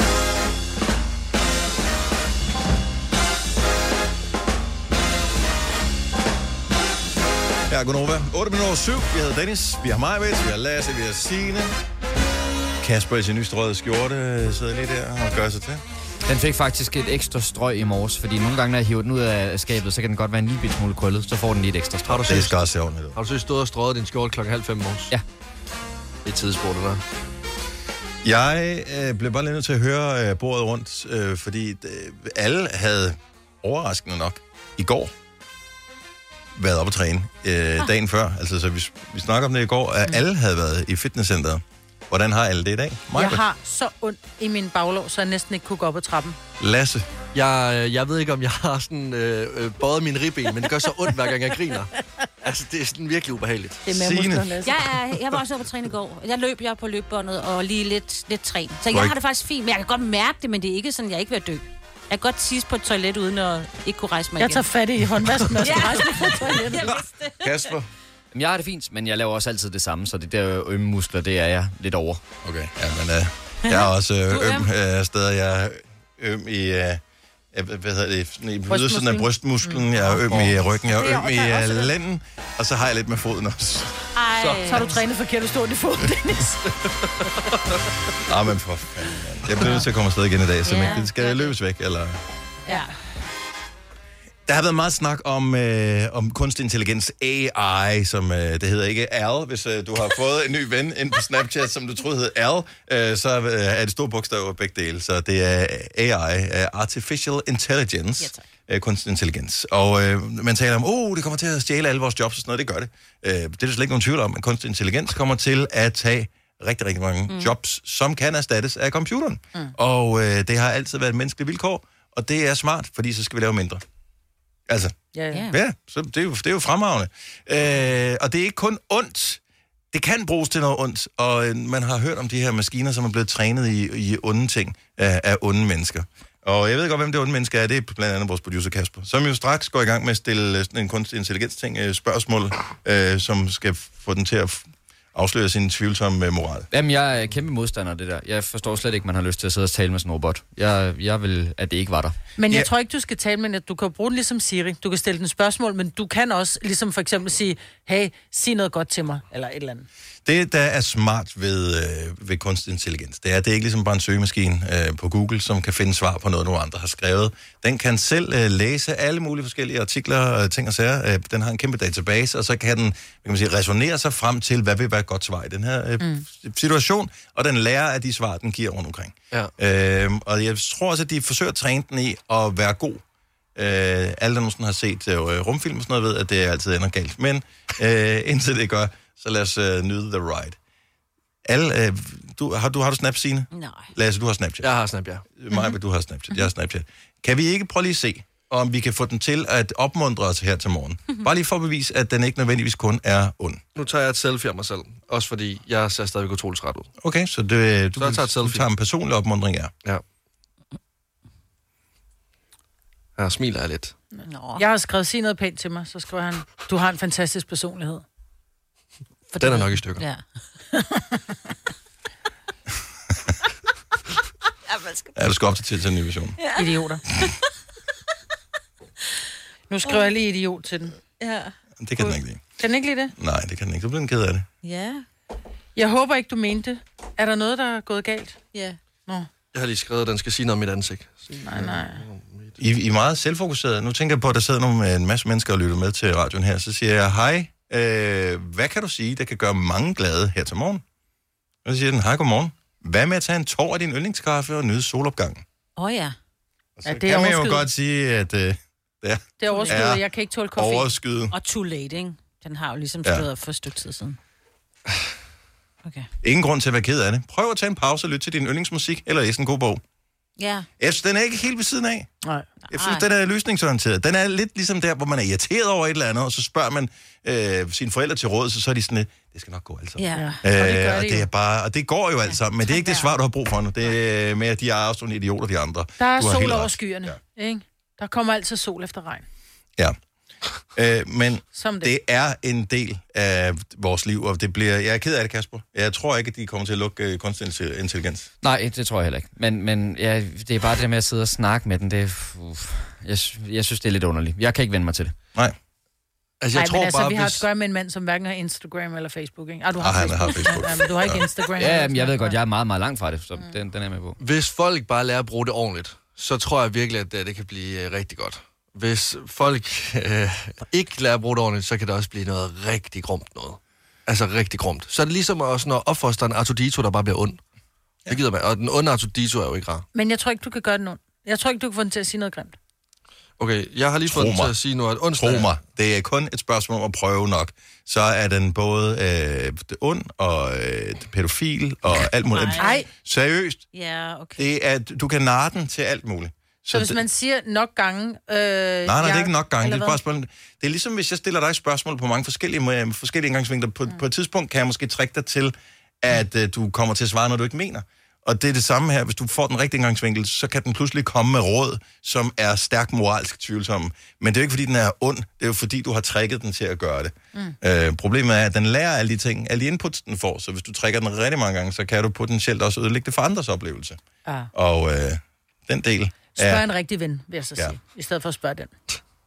Ja, Gonova. 8:07. Vi hedder Dennis, vi har Majbet, vi har Lasse, vi har Signe. Kasper i sin nystrøget skjorte sidder lige der og gør sig til. Den fik faktisk et ekstra strøg i morges, fordi nogle gange, når jeg hiver den ud af skabet, så kan den godt være en lille smule krøllet, så får den lige et ekstra strøg. Har du så stået og strøget din skjorte 4:30 morges? Ja. Det er tidspunktet, der. Jeg blev bare lidt nødt til at høre bordet rundt, fordi alle havde overraskende nok i går været oppe at træne dagen før. Altså, så vi snakker om det i går, at alle havde været i fitnesscenteret. Hvordan har alle det i dag? Jeg har så ondt i min baglov, så jeg næsten ikke kunne gå op ad trappen. Lasse? Jeg ved ikke, om jeg har sådan bøjet mine ribben, men det gør så ondt, hver gang jeg griner. Altså, det er sådan virkelig ubehageligt. Det er med jeg var også oppe at træne i går. Jeg løb på løbebåndet og lige lidt træn. Så jeg har det faktisk fint, men jeg kan godt mærke det, men det er ikke sådan, jeg er ikke ved at dø. Jeg kan godt tisse på et toilet, uden at ikke kunne rejse mig igen. Jeg tager fat i håndvasken og skal rejse mig på toilettet. Kasper? Jeg har det fint, men jeg laver også altid det samme, så det der ømme muskler, det er jeg lidt over. Okay, ja, men jeg er også øm steder. Jeg er øm hvad hedder det, i ydersiden af brystmusklen, jeg er øm i ryggen, jeg er øm i lænden, og så har jeg lidt med foden også. Så har du trænet forkert at stå i foden, Dennis. Men for fanden, man. Jeg bliver nødt til at komme afsted igen i dag, så det skal løbes væk, eller... Ja. Der har været meget snak om kunstig intelligens, AI, som det hedder ikke Al. Hvis du har fået en ny ven ind på Snapchat, som du troede hed Al, så er det store bogstaver begge dele. Så det er AI, Artificial Intelligence, kunstig intelligens. Og man taler om, det kommer til at stjæle alle vores jobs og sådan noget. Det gør det. Det er der slet ikke nogen tvivl om, at kunstig intelligens kommer til at tage rigtig, rigtig mange jobs, som kan erstattes af computeren. Og det har altid været et menneskeligt vilkår, og det er smart, fordi så skal vi lave mindre. Altså, så det er jo fremragende. Og det er ikke kun ondt. Det kan bruges til noget ondt, og man har hørt om de her maskiner, som er blevet trænet i onde ting af onde mennesker. Og jeg ved godt, hvem det onde mennesker er. Det er blandt andet vores producer Kasper, som jo straks går i gang med at stille en kunstig intelligens-ting, spørgsmål, som skal få den til at afsløre sin tvivlsomme moral. Jamen, jeg er kæmpe modstander af det der. Jeg forstår slet ikke, man har lyst til at sidde og tale med sådan en robot. Jeg vil, at det ikke var der. Men jeg tror ikke, du skal tale med, at du kan bruge den ligesom Siri. Du kan stille den spørgsmål, men du kan også ligesom for eksempel sige, hey, sig noget godt til mig, eller et eller andet. Det, der er smart ved kunstig intelligens, det er ikke ligesom bare en søgemaskine på Google, som kan finde svar på noget, nogle andre har skrevet. Den kan selv læse alle mulige forskellige artikler, ting og sager. Den har en kæmpe database, og så kan den resonere sig frem til, hvad vil være et godt svar i den her situation, og den lærer af de svar, den giver rundt omkring. Ja. Og jeg tror også, at de forsøger at træne den i at være god. Alle, der nogensinde har set rumfilm og sådan noget, ved, at det altid ender galt. Men indtil det gør, så lad os nyde the ride. Har du Snap, Signe? Nej. Lasse, du har Snapchat. Jeg har Snap, ja. Maja, du har Snapchat. Jeg har Snapchat. Kan vi ikke prøve lige at se, om vi kan få den til at opmuntre os her til morgen? Bare lige for at bevise, at den ikke nødvendigvis kun er ond. Nu tager jeg et selfie af mig selv. Også fordi jeg ser stadig utroligt træt ud. Okay, så du tager en personlig opmuntring, ja. Jeg smiler jeg lidt. Nå. Jeg har skrevet, sig noget pænt til mig, så skriver han, du har en fantastisk personlighed. Den er nok i stykker. Ja. Ja, du skal opdatere til en ny version. Ja. Idioter. Nu skriver jeg lige idiot til den. Ja. Det kan den ikke lide. Kan den ikke lide det? Nej, det kan den ikke. Du bliver en ked af det. Ja. Jeg håber ikke, du mente det. Er der noget, der er gået galt? Ja. Nå. Jeg har lige skrevet, at den skal sige noget om mit ansigt. Nej. I er meget selvfokuseret. Nu tænker jeg på, at der sidder en masse mennesker og lytter med til radioen her. Så siger jeg, hej, hvad kan du sige, der kan gøre mange glade her til morgen? Og så siger den, hej, godmorgen. Hvad med at tage en tår af din yndlingskaffe og nyde solopgangen? Ja. Og så kan man jo godt sige, at det er overskyet, jeg kan ikke tåle koffein. Overskyet. Og too late, ikke? Den har jo ligesom stået for et stykke tid siden. Okay. Ingen grund til at være ked af det. Prøv at tage en pause og lytte til din yndlingsmusik, eller læse en god bog. Ja. Jeg synes, den er ikke helt ved siden af. Nej. Jeg synes, den er løsningsorienteret. Den er lidt ligesom der, hvor man er irriteret over et eller andet, og så spørger man sine forældre til råd, så er de sådan lidt, det skal nok gå alt sammen. Ja. Og det er bare, og det går jo alt sammen, men det er ikke det svar, du har brug for nu. Det er med, at de er også nogle idioter, de andre. Der er sol over skyerne, ikke? Der kommer altid sol efter regn. Ja. Men det er en del af vores liv, og det bliver... Jeg er ked af det, Kasper. Jeg tror ikke, at de kommer til at lukke kunstig intelligens. Nej, det tror jeg heller ikke. Men ja, det er bare det med at sidde og snakke med den. Jeg synes, det er lidt underligt. Jeg kan ikke vende mig til det. Nej. Altså, jeg tror men bare, vi har at gøre med en mand, som hverken har Instagram eller Facebook, ikke? Du har Facebook. Han har Facebook. Ja, men du har ikke Instagram. Ja, men jeg ved godt, jeg er meget, meget langt fra det, så den er jeg med på. Hvis folk bare lærer at bruge det ordentligt, så tror jeg virkelig, at det kan blive rigtig godt. Hvis folk ikke lærer at bruge det ordentligt, så kan det også blive noget rigtig grumt noget. Altså rigtig grumt. Så er det ligesom også, når opfosteren Artudito, der bare bliver ond. Ja. Det gider man. Og den onde Artudito er jo ikke rar. Men jeg tror ikke, du kan gøre den ond. Jeg tror ikke, du kan få den til at sige noget grimt. Okay, jeg har lige fået den til at sige noget ondt. Tro mig, det er kun et spørgsmål om at prøve nok. Så er den både ond og pædofil og alt muligt. Nej. Seriøst. Ja, okay. Det er, du kan narre den til alt muligt. Så hvis man siger nok gange... nej, det er ikke nok gange. Det er, bare spørgsmål. Det er ligesom, hvis jeg stiller dig spørgsmål på mange forskellige indgangsvinkler. På et tidspunkt kan jeg måske trække dig til, at du kommer til at svare, når du ikke mener. Og det er det samme her. Hvis du får den rigtige indgangsvinkel, så kan den pludselig komme med råd, som er stærkt moralsk tvivlsomme. Men det er jo ikke, fordi den er ond. Det er jo, fordi du har tricket den til at gøre det. Problemet er, at den lærer alle de ting, alle de inputs, den får. Så hvis du trækker den rigtig mange gange, så kan du potentielt også ødelægge det for andres oplevelse. Og den del... Spørg en rigtig ven, vil jeg så sige, i stedet for at spørge den.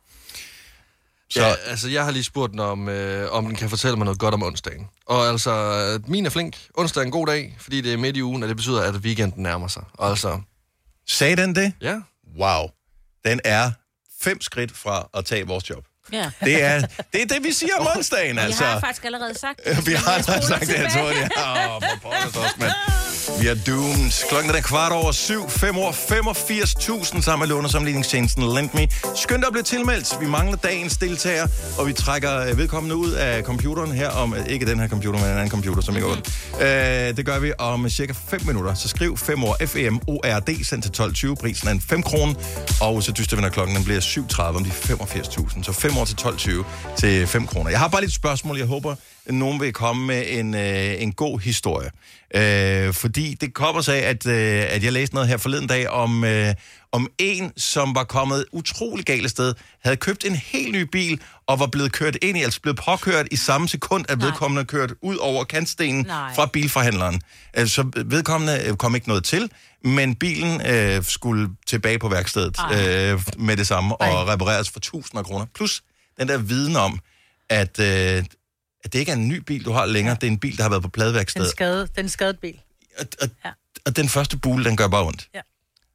Så. Ja, altså jeg har lige spurgt den om den kan fortælle mig noget godt om onsdagen. Og altså, min er flink. Onsdag er en god dag, fordi det er midt i ugen, og det betyder, at weekenden nærmer sig. Altså. Sagde den det? Ja. Wow. Den er 5 skridt fra at tage vores job. Ja. Det er det, vi siger om onsdagen, altså. Vi har faktisk allerede sagt det. Vi har sagt det, jeg tror det. For pokkers også, mand. Vi er doomed. Klokken er 7:15. 5 år, 85.000 sammen med lånesamligningstjenesten LendMe. Skønt at blive tilmeldt. Vi mangler dagens deltager, og vi trækker vedkommende ud af computeren her om, ikke den her computer, men en anden computer, som ikke er ondt. Det gør vi om cirka 5 minutter. Så skriv 5 år FEMORD, sendt til 12.20. Prisen er en 5 kroner, og så dyster vi, når klokken bliver 7:30 om de 85.000. Så 5 år til 12.20 til 5 kroner. Jeg har bare lidt spørgsmål. Jeg håber, at nogen vil komme med en god historie. Fordi det kommer sig af, at jeg læste noget her forleden dag om en, som var kommet utrolig galt sted, havde købt en helt ny bil, og var blevet kørt ind i, altså blevet påkørt i samme sekund, at vedkommende kørt ud over kantstenen fra bilforhandleren. Altså vedkommende kom ikke noget til, men bilen skulle tilbage på værkstedet med det samme, og repareres for 1.000 kroner. Plus den der viden om, at det ikke er en ny bil, du har længere. Det er en bil, der har været på pladeværkstedet. Den skadede bil. Og den første bule, den gør bare ondt. Ja.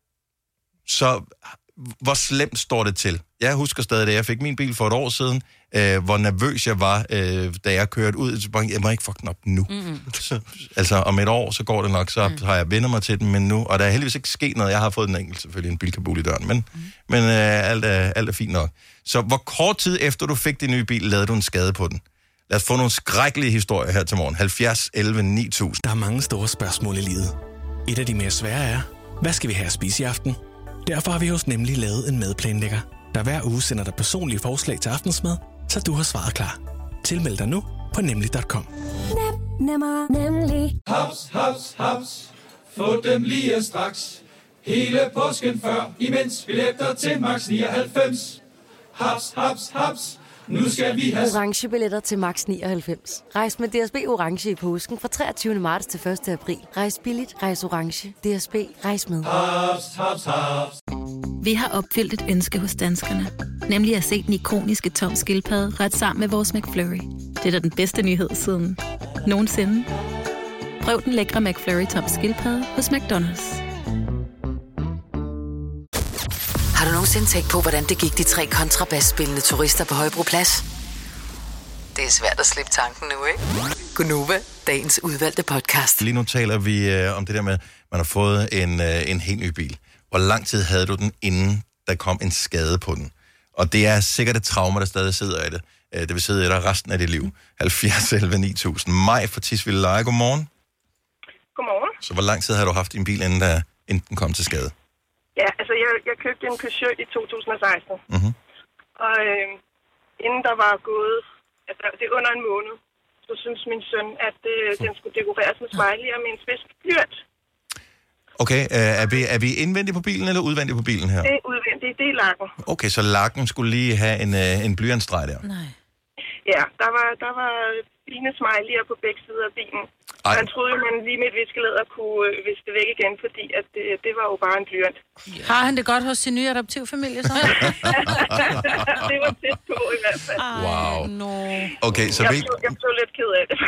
Så hvor slemt står det til? Jeg husker stadig, da jeg fik min bil for et år siden, hvor nervøs jeg var, da jeg kørte ud. Så jeg må ikke fuck den op nu. Så, altså om et år, så går det nok, så har jeg vendt mig til den, men nu, og der er heldigvis ikke sket noget. Jeg har fået den enkelt, selvfølgelig en bilkabul i døren, men alt er fint nok. Så hvor kort tid efter du fik din nye bil, lavede du en skade på den? Lad os få nogle skrækkelige historier her til morgen. 70 11 9000. Der er mange store spørgsmål i livet. Et af de mere svære er, hvad skal vi have at spise i aften? Derfor har vi hos Nemlig lavet en madplanlægger, der hver uge sender dig personlige forslag til aftensmad, så du har svaret klar. Tilmeld dig nu på nemlig.com. Nemmer, nemlig. Haps, haps, haps. Få dem lige straks. Hele påsken før, imens billetter til max 99. Haps, haps, haps. Nu skal vi have orange billetter til max 99. Rejs med DSB Orange i påsken fra 23. marts til 1. april. Rejs billigt, rejs orange. DSB, rejs med. Haps, haps, haps. Vi har opfyldt et ønske hos danskerne. Nemlig at se den ikoniske Tom Skildpadde ret sammen med vores McFlurry. Det er da den bedste nyhed siden nogensinde. Prøv den lækre McFlurry Tom Skildpadde hos McDonald's. Har du nogensinde tænkt på, hvordan det gik de 3 kontrabasspillende turister på Højbroplads? Det er svært at slippe tanken nu, ikke? Gunova, dagens udvalgte podcast. Lige nu taler vi om det der med, at man har fået en helt ny bil. Hvor lang tid havde du den, inden der kom en skade på den? Og det er sikkert et traume, der stadig sidder i det. Det vil sidde i dig resten af dit liv. 70 11 9000. Maj fra Tisvilde Leje, godmorgen. Godmorgen. Så hvor lang tid har du haft din bil, inden den kom til skade? Ja, altså jeg købte en Peugeot i 2016. Mm-hmm. Og inden der var gået, altså det er under en måned, så synes min søn, at den skulle dekoreres med smiley og med en spids blyant. Okay, er vi indvendigt på bilen eller udvendigt på bilen her? Det er udvendigt, det er lakken. Okay, så lakken skulle lige have en blyantstreg der? Nej. Ja, der var fine smiley'er på begge sider af bilen. Ej. Man troede jo, man lige med et viskelæder kunne viske det væk igen, fordi at det var jo bare en blyant. Har han det godt hos sin nye adoptivfamilie, så? Det var tæt på i hvert fald. Wow. No. Okay, så jeg blev lidt ked af det.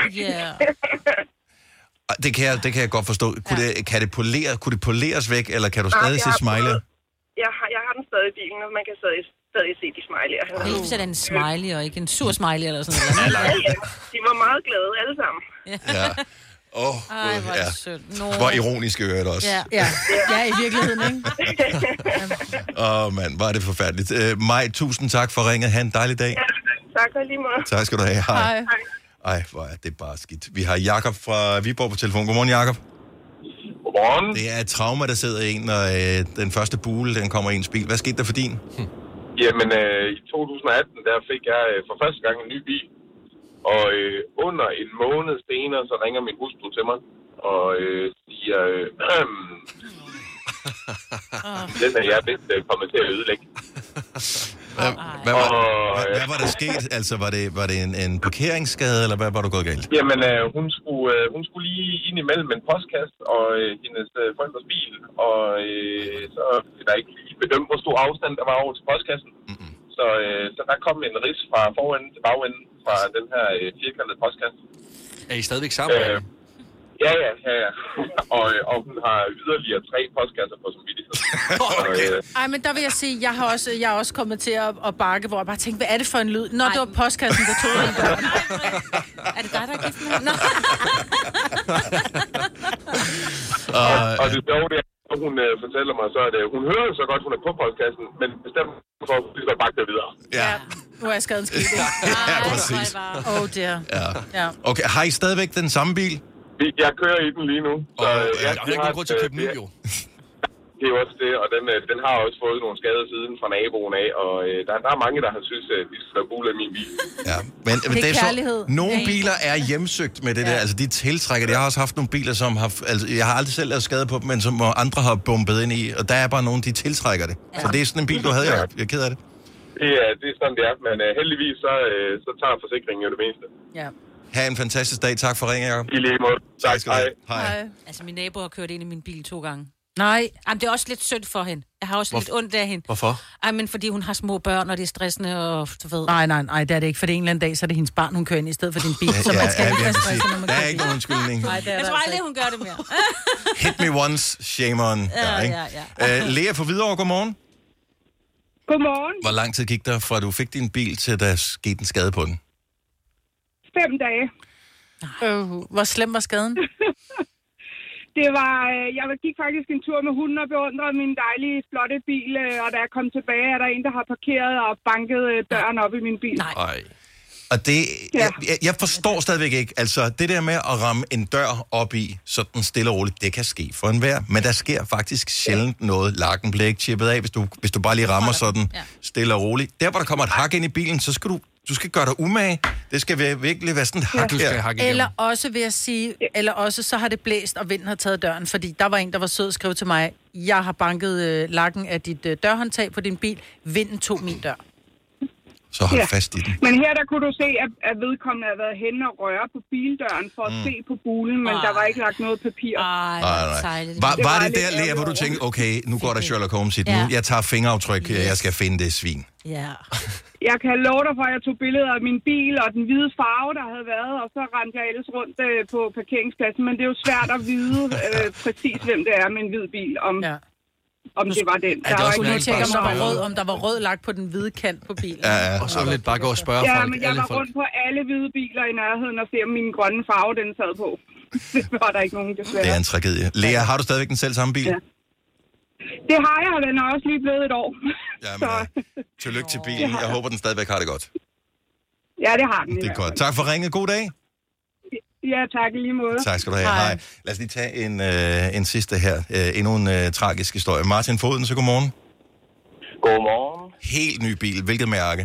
Yeah. Det kan jeg godt forstå. Kunne det poleres væk, eller kan du stadig se smiley? Jeg har den stadig i bilen, og man kan stadig se de smiley'er. Heldigvis er det en smiley, og ikke en sur smiley eller sådan noget. Ja, de var meget glade alle sammen. Ja. Ej, hvor er det sødt. Hvor ironisk gør det også. Ja, i virkeligheden, ikke? Mand, var det forfærdeligt. Maj, tusind tak for ringet. Ha' en dejlig dag. Ja, tak og lige måde. Tak skal du have. Hej. Ej, hvor er det bare skidt. Vi har Jakob fra Viborg på telefon. Godmorgen, Jakob. Godmorgen. Det er et trauma, der sidder i en, når den første bule, den kommer i ens bil. Hvad skete der for din? Jamen, i 2018, der fik jeg for første gang en ny bil. Og under en måned senere, så ringer min hustru til mig og siger, den er jeg vist kommet til at ødelægge. Hvad var der sket? Altså, var det en parkeringsskade, eller hvad var du gået galt? Jamen, hun skulle lige ind imellem en postkasse og hendes forældres bil, og så er der ikke lige bedømt, hvor stor afstand der var over til postkassen. Så der kom en rids fra forenden til bagenden fra den her firkantede postkasse. Er I stadigvæk sammen? Ja. Og hun har yderligere 3 postkasser på samvittighed. Ej, men der vil jeg sige, jeg er også kommet til at bakke, hvor jeg bare tænkte, hvad er det for en lyd? Nå, det var postkassen, der tog den der. Er det dig, der er gift med ham? Og det sjove, det er, når hun fortæller mig, så at hun hører så godt, hun er på postkassen, men bestemt for at lige så bakke det videre. Ja. Nu er skaden sket. Ja, præcis. Oh dear. Ja. Okay, har I stadigvæk den samme bil? Jeg kører i den lige nu. Så jeg har ikke grund til at købe ny, jo. Det er jo også det, og den har også fået nogle skader siden fra naboen af, og der er mange, der har synes, at de skal bule af min bil. Ja, men det er kærlighed. Nogle biler er hjemsøgt med det der, altså de tiltrækker det. Jeg har også haft nogle biler, som har, altså jeg har aldrig selv lavet skade på dem, men som andre har bumpet ind i, og der er bare nogen, de tiltrækker det. Så det er sådan en bil, du havde, jeg er ked af det. Det er sådan, det er, men heldigvis så tager forsikringen jo det meste. Ja. Ha' en fantastisk dag. Tak for ringen, Jacob. I lige måde. Tak skal du have. Hej. Altså, min nabo har kørt ind i min bil 2 gange. Nej. Jamen, det er også lidt synd for hende. Jeg har også lidt ondt af hende. Hvorfor? Ej, men fordi hun har små børn, og det er stressende, og du ved... Nej, det er det ikke, for det en eller anden dag, så er det hendes barn, hun kører ind i stedet for din bil, så man skal ikke være stresset, når man kører. Der er ikke nogen undskyldning. Jeg tror aldrig, hun gør det mere. Hit me once, shame on. Ja. Lea fra Hvidovre, godmorgen. Godmorgen. Hvor lang tid gik der, fra du fik din bil, til der skete en skade på den? 5 dage. Hvor slem var skaden? Det var, jeg gik faktisk en tur med hunden og beundrede min dejlige, flotte bil, og da jeg kom tilbage, er der en, der har parkeret og banket døren op i min bil. Nej. Og det, jeg forstår stadigvæk ikke, altså det der med at ramme en dør op i, sådan stille og roligt, det kan ske for enhver, men der sker faktisk sjældent noget. Lakken bliver ikke chippet af, hvis du bare lige rammer sådan stille og roligt. Der, hvor der kommer et hak ind i bilen, så skal du skal gøre dig umage. Det skal virkelig være sådan et hak her. Eller også vil jeg sige, eller også så har det blæst, og vinden har taget døren. Fordi der var en, der var sød og skrev til mig, jeg har banket lakken af dit dørhåndtag på din bil. Vinden tog min dør. Så hold fast i den. Men her der kunne du se, at vedkommende havde været henne og røre på bildøren for at se på bulen, men der var ikke lagt noget papir. Nej. Var det der, Lea, hvor du tænkte, okay, nu går der Sherlock Holmes i den. Nu, jeg tager fingeraftryk, jeg skal finde det svin. Ja. Jeg kan love dig for, at jeg tog billeder af min bil og den hvide farve, der havde været, og så rendte jeg ellers rundt på parkeringspladsen. Men det er jo svært at vide præcis, hvem det er med en hvid bil, om det var den. Der var ikke nogen tjekke, om der var rød lagt på den hvide kant på bilen. Ja. Og så lidt bare gå og spørge folk. Ja, men jeg var rundt på alle hvide biler i nærheden og se, om min grønne farve, den sad på. Det var der ikke nogen, desværre. Det er en tragedie. Lea, har du stadigvæk den selv samme bil? Ja. Det har jeg, og den er også lige blevet et år. Jamen, tillykke til bilen. Jeg håber, den stadigvæk har det godt. Ja, det har den. Det er godt. Tak for ringet. God dag. Ja, tak i lige måde. Tak skal du have. Hej. Lad os lige tage en sidste her. Endnu en tragisk historie. Martin Foden, så godmorgen. Godmorgen. Helt ny bil. Hvilket mærke?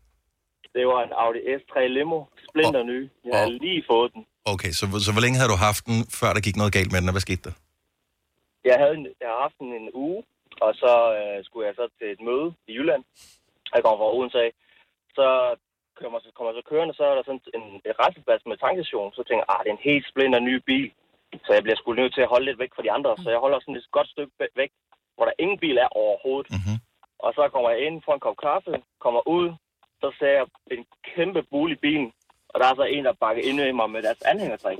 Det var en Audi S3 Limo. Splinter ny. Jeg har lige fået den. Okay, så hvor længe havde du haft den, før der gik noget galt med den, og hvad skete der? Jeg har haft den en uge, og så skulle jeg så til et møde i Jylland. Jeg kommer fra Odense af. Så kommer så kørende, så er der sådan en resteplads med tankstation. Så tænker jeg, det er en helt splinter ny bil. Så jeg bliver sgu nødt til at holde lidt væk fra de andre. Så jeg holder sådan et godt stykke væk, hvor der ingen bil er overhovedet. Mm-hmm. Og så kommer jeg ind, får en kop kaffe, kommer ud. Så ser jeg en kæmpe bule i bilen. Og der er så en, der bakker ind i mig med deres anhængertræk.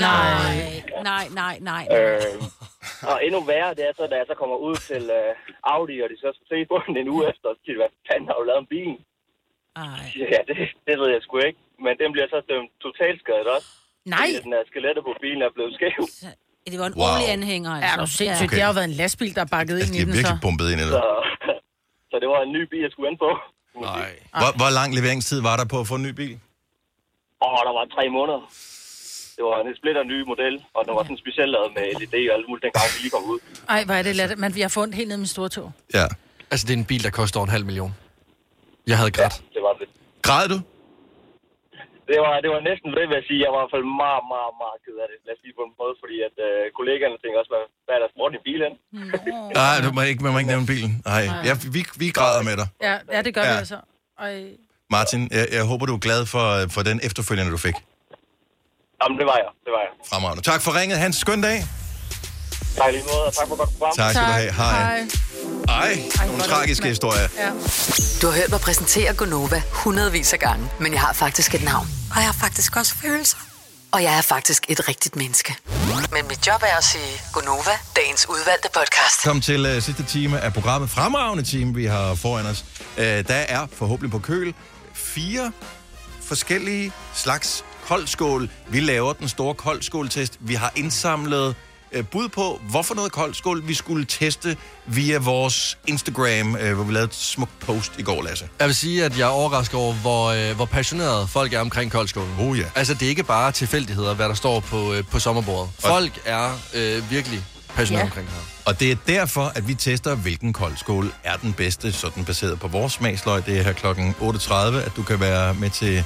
Nej. Og endnu værre, det er så, da jeg så kommer ud til Audi, og de så skal se på den en uge efter, og siger, hvad fanden har du lavet en bil? Ja, det ved jeg sgu ikke. Men den bliver så dømt totalt skadet også. Nej! Den der skelettet på bilen er blevet skæv. Det var en ordentlig anhænger, altså. Ja, du sindssygt. Det har jo været en lastbil, der er bakket ind i den, så. Det er virkelig bumpet ind i det. Så det var en ny bil, jeg skulle ind på. Nej. Hvor lang leveringstid var der på at få en ny bil? Der var 3 måneder. Det var en splitter ny model, og den var sådan specielt lavet med LED og alt muligt, dengang vi lige kom ud. Ej, hvor er det let. Men vi har fundet helt ned med store tog. Ja. Altså, det er en bil, der koster over 500.000. Jeg havde grædt. Ja, det var det. Græd du? Det var næsten ved at sige, jeg var i hvert fald meget, meget, meget ked af det. Lad os sige på en måde, fordi at kollegaerne tænker også, hvad er der spurgt i bilen? Nej, man må ikke nævne bilen. Nej, vi græder med dig. Ja, det gør vi altså. Martin, jeg håber, du er glad for den efterfølgende, du fik. Jamen, det var jeg. Fremragende. Tak for ringet. Hans, skøn dag. Tak lige måde, og tak for godt program. Tak skal du have. Hej. Nogle tragiske historier. Ja. Du har hørt mig præsentere Gonova hundredvis af gange, men jeg har faktisk et navn. Og jeg har faktisk også følelser. Og jeg er faktisk et rigtigt menneske. Men mit job er at sige Gonova, dagens udvalgte podcast. Kom til sidste time af programmet. Fremragende time, vi har foran os. Der er forhåbentlig på køl 4 forskellige slags koldskål. Vi laver den store koldskåltest. Vi har indsamlet bud på, hvorfor noget koldskål vi skulle teste via vores Instagram, hvor vi lavede et smukt post i går, Lasse. Jeg vil sige, at jeg er overrasket over, hvor passionerede folk er omkring koldskålen. Oh, ja. Altså, det er ikke bare tilfældigheder, hvad der står på sommerbordet. Folk er virkelig passionerede omkring det her. Og det er derfor, at vi tester, hvilken koldskål er den bedste, sådan baseret på vores smagsløg. Det er her klokken 8.30, at du kan være med til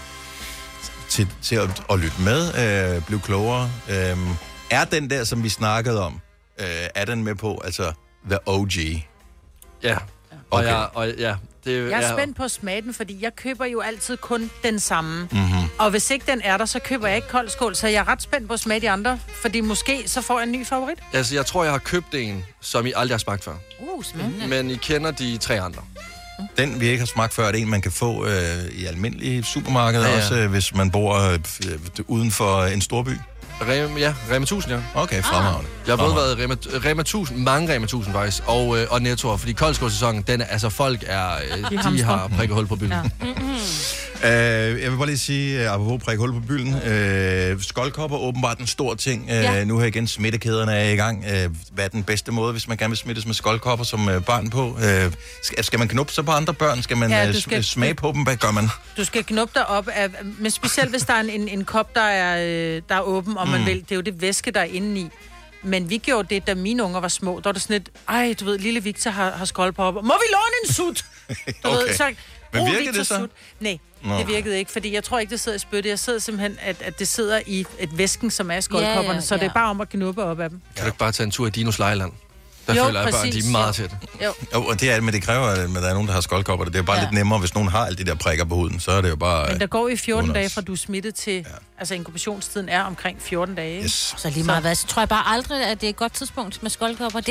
at lytte med, blive klogere. Er den der, som vi snakkede om, er den med på, altså the OG? Ja. Okay. Jeg er spændt på smagen, fordi jeg køber jo altid kun den samme. Mm-hmm. Og hvis ikke den er der, så køber jeg ikke koldskål, så jeg er ret spændt på at smage de andre, fordi måske så får jeg en ny favorit. Altså, jeg tror, jeg har købt en, som I aldrig har smagt før. Spændende. Men I kender de 3 andre. Den, vi ikke har smagt før, er det en, man kan få i almindelige supermarkeder, også hvis man bor uden for en storby. Rema 1000, ja. Okay, fremragende. Jeg har både været Rema 1000, mange Rema 1000 faktisk, og Netto, fordi koldskålsæsonen, den er, altså folk er, de har prikket hul på bylden. Ja. Jeg vil bare lige sige, apropos prikke hul på bylden, skoldkopper er åbenbart en stor ting. Nu her igen, smittekæderne er i gang. Hvad er den bedste måde, hvis man gerne vil smittes med skoldkopper som barn på? Skal man knuppe sig på andre børn? Skal man smage på dem? Hvad gør man? Du skal knuppe dig op af, men specielt hvis der er en kop, der er åben, om man vil. Det er jo det væske, der er inde i. Men vi gjorde det, da mine unger var små. Der var det sådan et, du ved, lille Victor har skoldkopper. Må vi låne en sut? Okay. Ved, så, men virkede det så? Nej, det virkede ikke, fordi jeg tror ikke, det sidder i spyttet. Jeg sidder simpelthen, at det sidder i et væsken, som er i skoldkopperne, så det er bare om at knuppe op af dem. Kan du ikke bare tage en tur i Dinos Lejland? Der føler jeg bare, de er meget tæt. Jo, og det er, men det kræver, at der er nogen, der har skoldkopper. Det er bare lidt nemmere, hvis nogen har alle de der prikker på huden, så er det jo bare... Men der går i 14 dage, fra du er smittet til... Altså, inkubationstiden er omkring 14 dage. Yes. Så lige meget hvad, så tror jeg bare aldrig, at det er et godt tidspunkt med skoldkopper.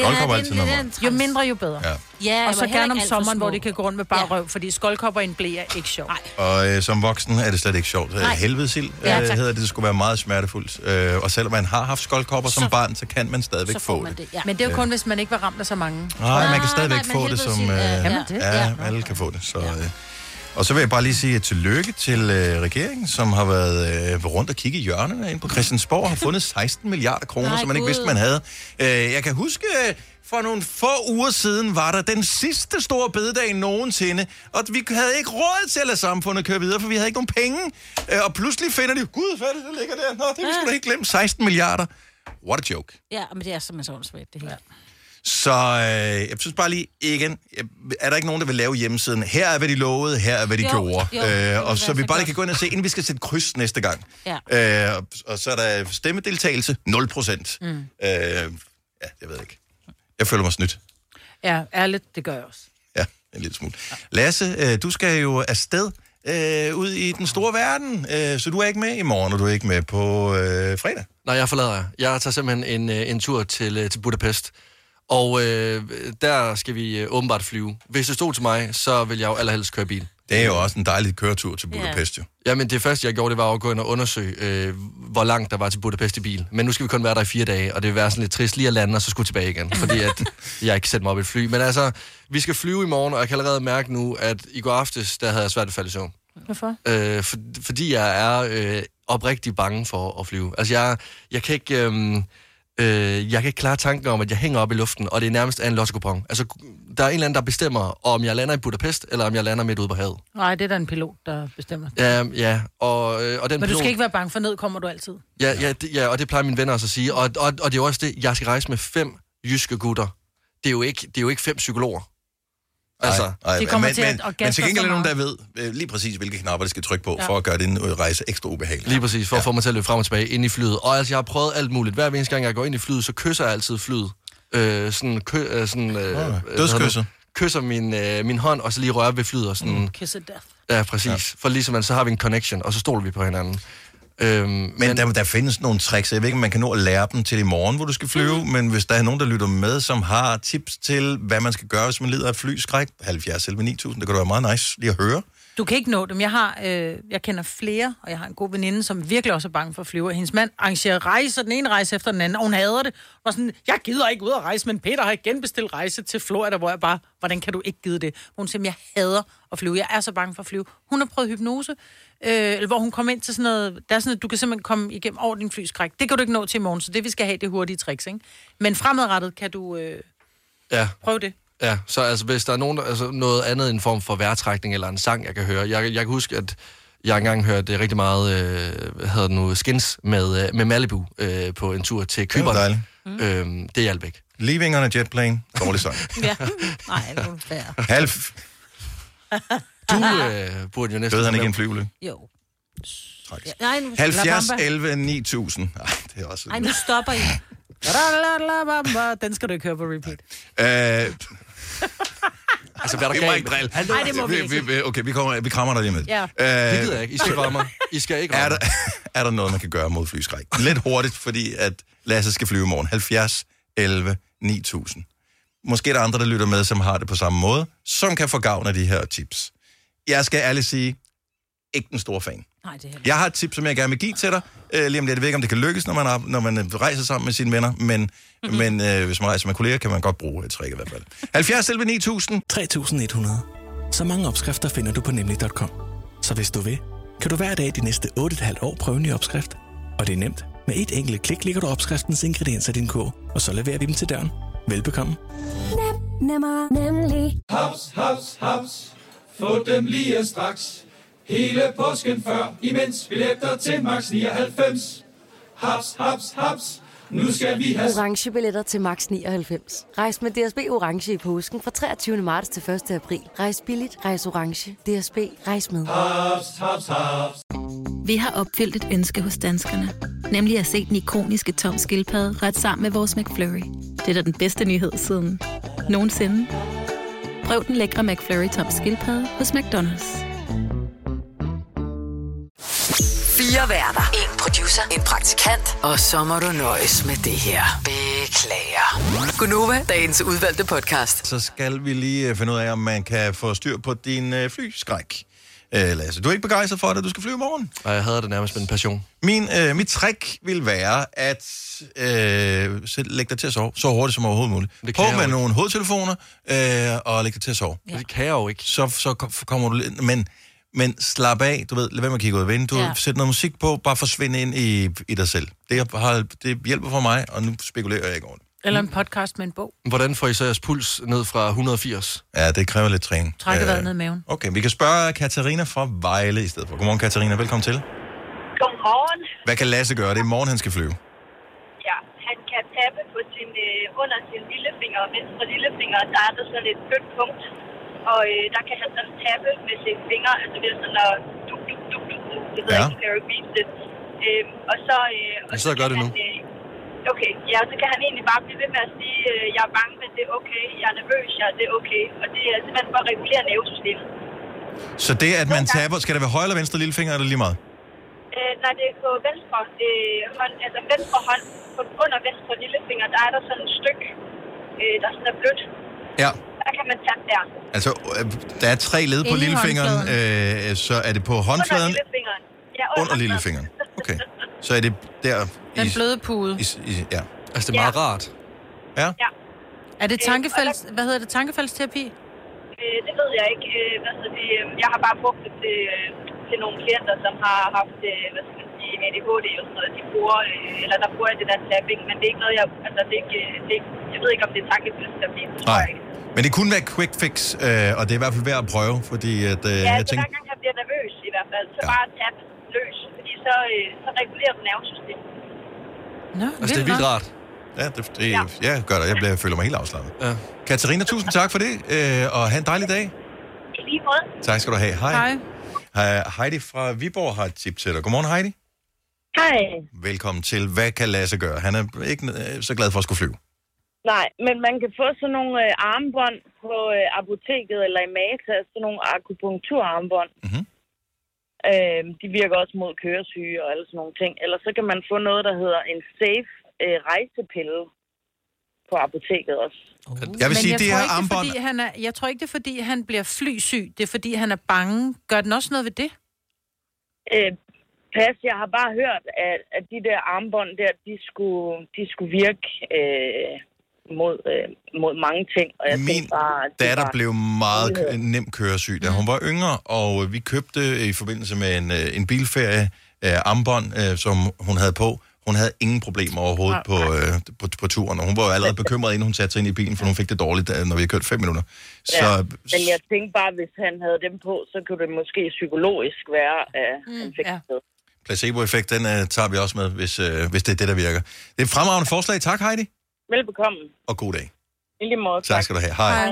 Jo mindre, jo bedre. Ja, og så gerne om sommeren, hvor de kan gå rundt med bare røv, fordi skoldkopper i en blæ er ikke sjovt. Og som voksen er det slet ikke sjovt. Helvedesild hedder det. Det skulle være meget smertefuldt. Og selvom man har haft skoldkopper som barn, så kan man stadigvæk få det. Men det er jo kun, hvis man ikke var ramt af så mange. Nej, man kan stadigvæk få det som... alle kan få det. Så... Og så vil jeg bare lige sige tillykke til regeringen, som har været rundt og kigge i hjørnerne ind på Christiansborg og har fundet 16 milliarder kroner, som man ikke vidste, man havde. Jeg kan huske, for nogle få uger siden var der den sidste store bededag nogensinde, og vi havde ikke råd til at lade samfundet køre videre, for vi havde ikke nogen penge. Og pludselig finder de, gud, hvad er det, der ligger der? Nå, det har vi sgu da ikke glemt. 16 milliarder. What a joke. Ja, men det er simpelthen så åndssvagt, det her. Så jeg synes bare lige igen, er der ikke nogen, der vil lave hjemmesiden? Her er, hvad de lovede, her er, hvad de gjorde. Og så vi bare lige kan gå ind og se, inden vi skal sætte kryds næste gang. Ja. Og så er der stemmedeltagelse 0%. Jeg ved ikke. Jeg føler mig snydt. Ja, ærligt, det gør jeg også. Ja, en lille smule. Lasse, du skal jo afsted ud i den store verden, så du er ikke med i morgen, og du er ikke med på fredag. Nej, jeg forlader jer. Jeg tager simpelthen en tur til Budapest. Og der skal vi åbenbart flyve. Hvis det stod til mig, så vil jeg jo allerhelst køre bil. Det er jo også en dejlig køretur til Budapest, jo. Jamen, det første, jeg gjorde, det var at gå ind og undersøge, hvor langt der var til Budapest i bil. Men nu skal vi kun være der i 4 dage, og det vil være sådan lidt trist lige at lande, og så skulle tilbage igen. Fordi at jeg ikke sætter mig op i et fly. Men altså, vi skal flyve i morgen, og jeg kan allerede mærke nu, at i går aftes, der havde jeg svært at falde i søvn. Hvorfor? Fordi jeg er oprigtig bange for at flyve. Altså, jeg kan ikke... jeg kan ikke klare tanken om, at jeg hænger op i luften, og det er nærmest en lotto-kupon. Altså, der er en eller anden, der bestemmer, om jeg lander i Budapest, eller om jeg lander midt ude på havet. Nej, det er der en pilot, der bestemmer. Ja, og den men pilot... du skal ikke være bange for ned, kommer du altid. Ja, og det plejer mine venner også at sige. Og det er jo også det, jeg skal rejse med 5 jyske gutter. Det er jo ikke 5 psykologer. Altså, De kommer til at men gasse til gengæld er så nogen, der ved lige præcis, hvilke knapper de skal trykke på, for at gøre den rejse ekstra ubehagelig. Lige præcis, for at få mig til at løbe frem og tilbage ind i flyet. Og altså, jeg har prøvet alt muligt. Hver eneste gang, jeg går ind i flyet, så kysser jeg altid flyet. Dødskysser. Kysser min hånd, og så lige rører ved flyet. Og sådan, kiss of death. Ja, præcis. Ja. For ligesom, så har vi en connection, og så stoler vi på hinanden. Men der findes nogle tricks. Jeg ved ikke, om man kan nå at lære dem til i morgen, hvor du skal flyve, men hvis der er nogen, der lytter med, som har tips til, hvad man skal gøre, hvis man lider af flyskræk, 70 11 9000, det kan da være meget nice lige at høre. Du kan ikke nå dem. Jeg kender flere, og jeg har en god veninde, som virkelig også er bange for at flyve. Hendes mand arrangerer rejser, den ene rejse efter den anden, og hun hader det. Og sådan, jeg gider ikke ud at rejse, men Peter har igen bestilt rejse til Florida, hvor jeg bare, hvordan kan du ikke gide det? Hun siger, jeg hader at flyve. Jeg er så bange for at flyve. Hun har prøvet hypnose, hvor hun kom ind til sådan noget, der er sådan noget, du kan simpelthen komme igennem over din flyskræk. Det kan du ikke nå til i morgen, så det vi skal have, det hurtige tricks, ikke? Men fremadrettet kan du prøve det. Ja, så altså, hvis der er nogen, altså, noget andet en form for vejrtrækning eller en sang, jeg kan høre. Jeg kan huske, at jeg engang hørte rigtig meget, Skins med Malibu på en tur til Cypern. Det er dejligt. Det hjalp ikke. Leaving on a Jet Plane. Dårlig sang. Ja. Nej, det er fair. Du burde jo næsten... Døde han ikke en flyulykke? Jo. Ja, nej, 70 11 9000. Ej, det er også... Ej, nu stopper I. Den skal du ikke høre på repeat. Altså, hvad er der vi må ikke drille. Nej, det må vi ikke. Okay, vi krammer dig lige med. Ja. Det gider jeg ikke. I skal ramme mig. I skal ikke ramme mig. Er der noget, man kan gøre mod flyskræk? Lidt hurtigt, fordi at Lasse skal flyve i morgen. 70 11 9000. Måske er der andre, der lytter med, som har det på samme måde, som kan få gavn af de her tips. Jeg skal ærligt sige, ikke den store fan. Nej, det er jeg har et tip, som jeg gerne vil give til dig. Lige om lidt, jeg ved ikke, om det kan lykkes, når man rejser sammen med sine venner, men hvis man rejser med kolleger, kan man godt bruge et trick i hvert fald. 70 11 9000. 3100. Så mange opskrifter finder du på nemlig.com. Så hvis du vil, kan du hver dag de næste 8,5 år prøve en ny opskrift. Og det er nemt. Med et enkelt klik ligger du opskriftens ingredienser i din kog, og så leverer vi dem til døren. Velbekomme. Nemmer, nemlig. Haps, haps, haps. Få dem lige straks. Hele påsken før, imens billetter til max 99. Haps, haps, haps. Nu skal vi have orange billetter til max 99. Rejs med DSB orange i påsken fra 23. marts til 1. april. Rejs billigt, rejs orange. DSB, rejs med. haps, haps, haps. Vi har opfyldt et ønske hos danskerne. Nemlig at se den ikoniske Tom Skildpadde ret sammen med vores McFlurry. Det er da den bedste nyhed siden nogensinde. Prøv den lækre McFlurry Tom Skildpadde hos McDonald's. 4 værter. 1 producer. 1 praktikant. Og så må du nøjes med det her. Beklager. Gunova, dagens udvalgte podcast. Så skal vi lige finde ud af, om man kan få styr på din flyskræk. Lasse, du er ikke begejstret for det, du skal flyve i morgen? Nej, jeg havde det nærmest med en passion. Mit trick vil være at lægge dig til at sove så hurtigt som overhovedet muligt. På med nogle hovedtelefoner og lægge dig til at sove. Ja. Det kan jeg jo ikke. Så kommer du men slap af, du ved, lad være med at kigge ud af vinduet, sæt noget musik på, bare forsvind ind i dig selv. Det hjælper for mig, og nu spekulerer jeg ikke over det. Eller en podcast med en bog. Hvordan får I så jeres puls ned fra 180? Ja, det kræver lidt træning. Trække vejret ned i maven. Okay, vi kan spørge Katarina fra Vejle i stedet for. Godmorgen, Katarina. Velkommen til. Godmorgen. Hvad kan Lasse gøre? Det er i morgen, han skal flyve. Ja, han kan tappe på under sin lillefinger, venstre lillefinger, der er der sådan et blødt punkt. Og der kan han sådan tappe med sine fingre, altså det er sådan at duk, det ved jeg ikke, Larry Beats det. Og så... Jeg sidder og gør det nu. Okay, ja, så kan han egentlig bare blive ved med at sige, jeg er bange, men det er okay, jeg er nervøs, det er okay. Og det er simpelthen for at regulere nervesystemet. Så det, at man tapper, skal det være højre eller venstre lillefinger, eller lige meget? Nej, det er på venstre hånd, altså venstre hånd, under venstre lillefinger, der er der sådan et stykke, der sådan er blødt. Ja. Der kan man tappe der. Altså, der er 3 led på lillefingeren, så er det på håndfladen? Under lillefingeren. Ja, under lillefingeren. Okay. Så er det der... Den bløde pude. Ja. Altså, det er meget rart. Ja. Er det tankefældsterapi? Det ved jeg ikke. Jeg har bare brugt det til nogle klienter, som har haft, med ADHD og sådan noget. De bruger, eller der bruger jeg det der tapping, men det er ikke noget, jeg ved ikke, om det er tankefældsterapi. Nej. Men det kunne være quick fix, og det er i hvert fald værd at prøve, fordi at, jeg tænker... hver gang jeg bliver nervøs i hvert fald, så bare tap løs, fordi så regulerer du nervesystemet. Nå, altså, det er vildt rart. Ja, jeg gør det. Jeg føler mig helt afslappet. Ja. Katarina, tusind tak for det, og have en dejlig dag. I lige måde. Tak skal du have. Hej. Heidi fra Viborg har et tip til dig. Godmorgen, Heidi. Hej. Velkommen til. Hvad kan Lasse gøre? Han er ikke så glad for at skulle flyve. Nej, men man kan få sådan nogle armbånd på apoteket eller i Matas, sådan nogle akupunkturarmbånd. Mm-hmm. De virker også mod køresyge og alle sådan nogle ting. Eller så kan man få noget, der hedder en safe rejsepille på apoteket også. Jeg vil sige, jeg det tror her ikke, armbånd... jeg tror ikke, det er, fordi han bliver flysyg. Det er, fordi han er bange. Gør den også noget ved det? Pas, jeg har bare hørt, at de der armbånd der, de skulle virke mod mange ting. Og jeg Min bare, datter blev meget nem køresyg, da hun var yngre, og vi købte i forbindelse med en bilferie armbånd, som hun havde på. Hun havde ingen problemer overhovedet på turen, og hun var jo allerede bekymret, inden hun satte sig ind i bilen, for hun fik det dårligt, når vi havde kørt 5 minutter. Så, men jeg tænkte bare, hvis han havde dem på, så kunne det måske psykologisk være, at han fik det. Placebo-effekt, den tager vi også med, hvis det er det, der virker. Det er et fremragende forslag. Tak, Heidi. Velbekomme. Og god dag. I lige måde. Tak skal du have. Hej.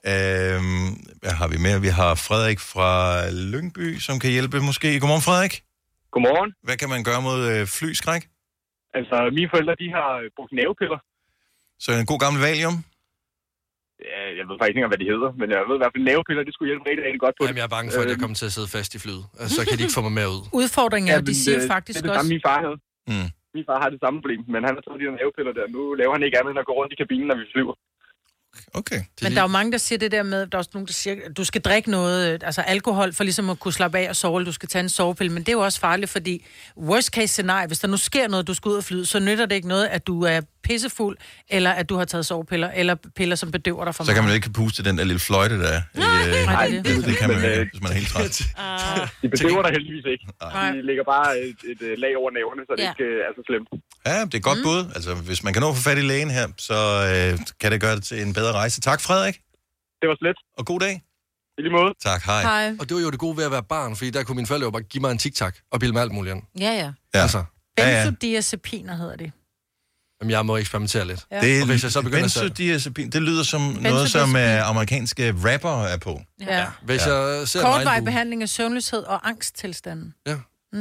Hvad har vi mere? Vi har Frederik fra Lyngby, som kan hjælpe måske. Godmorgen, Frederik. Godmorgen. Hvad kan man gøre mod flyskræk? Altså, mine forældre, de har brugt nervepiller. Så en god gammel valium? Ja, jeg ved faktisk ikke, hvad de hedder, men jeg ved i hvert fald, nervepiller, det skulle hjælpe rigtig, rigtig godt på det. Jamen, jeg er bange for, at jeg kommer til at sidde fast i flyet. Altså, så kan de ikke få mig med ud. Udfordringen er, de siger faktisk det er det samme, min far havde. Min far har det samme problem, men han har taget de der nervepiller der. Nu laver han ikke andet end at gå rundt i kabinen, når vi flyver. Okay. Men der er jo mange, der siger det der med, der er også nogen, der siger, at du skal drikke noget, altså alkohol, for ligesom at kunne slappe af og sove, eller du skal tage en sovepille, men det er jo også farligt, fordi worst case scenario, hvis der nu sker noget, du skal ud og flyde, så nytter det ikke noget, at du er pissefuld, eller at du har taget sovepiller, eller piller, som bedøver dig for meget. Så kan man jo ikke puste den der lille fløjte der. Nej, det kan man jo, hvis man er helt træt. De bedøver dig heldigvis ikke. De lægger bare et lag over næverne, så det ikke er så slemt. Ja, det er godt bud. Altså, hvis man kan nå at få fat i lægen her, så kan det gøre det til en bedre rejse. Tak, Frederik. Det var slet. Og god dag. I lige måde. Tak, hej. Og det var jo det gode ved at være barn, fordi der kunne mine forældre jo bare give mig en tic-tac og bilde mig alt muligt an. Ja. Altså. Benzodiazepiner hedder det. Jamen, jeg må eksperimentere lidt. Ja. Det Og hvis jeg så begynder at benzodiazepin, det lyder som noget, som amerikanske rapper er på. Ja. Hvis jeg ser kortvarig behandling af søvnløshed og angsttilstanden. Ja.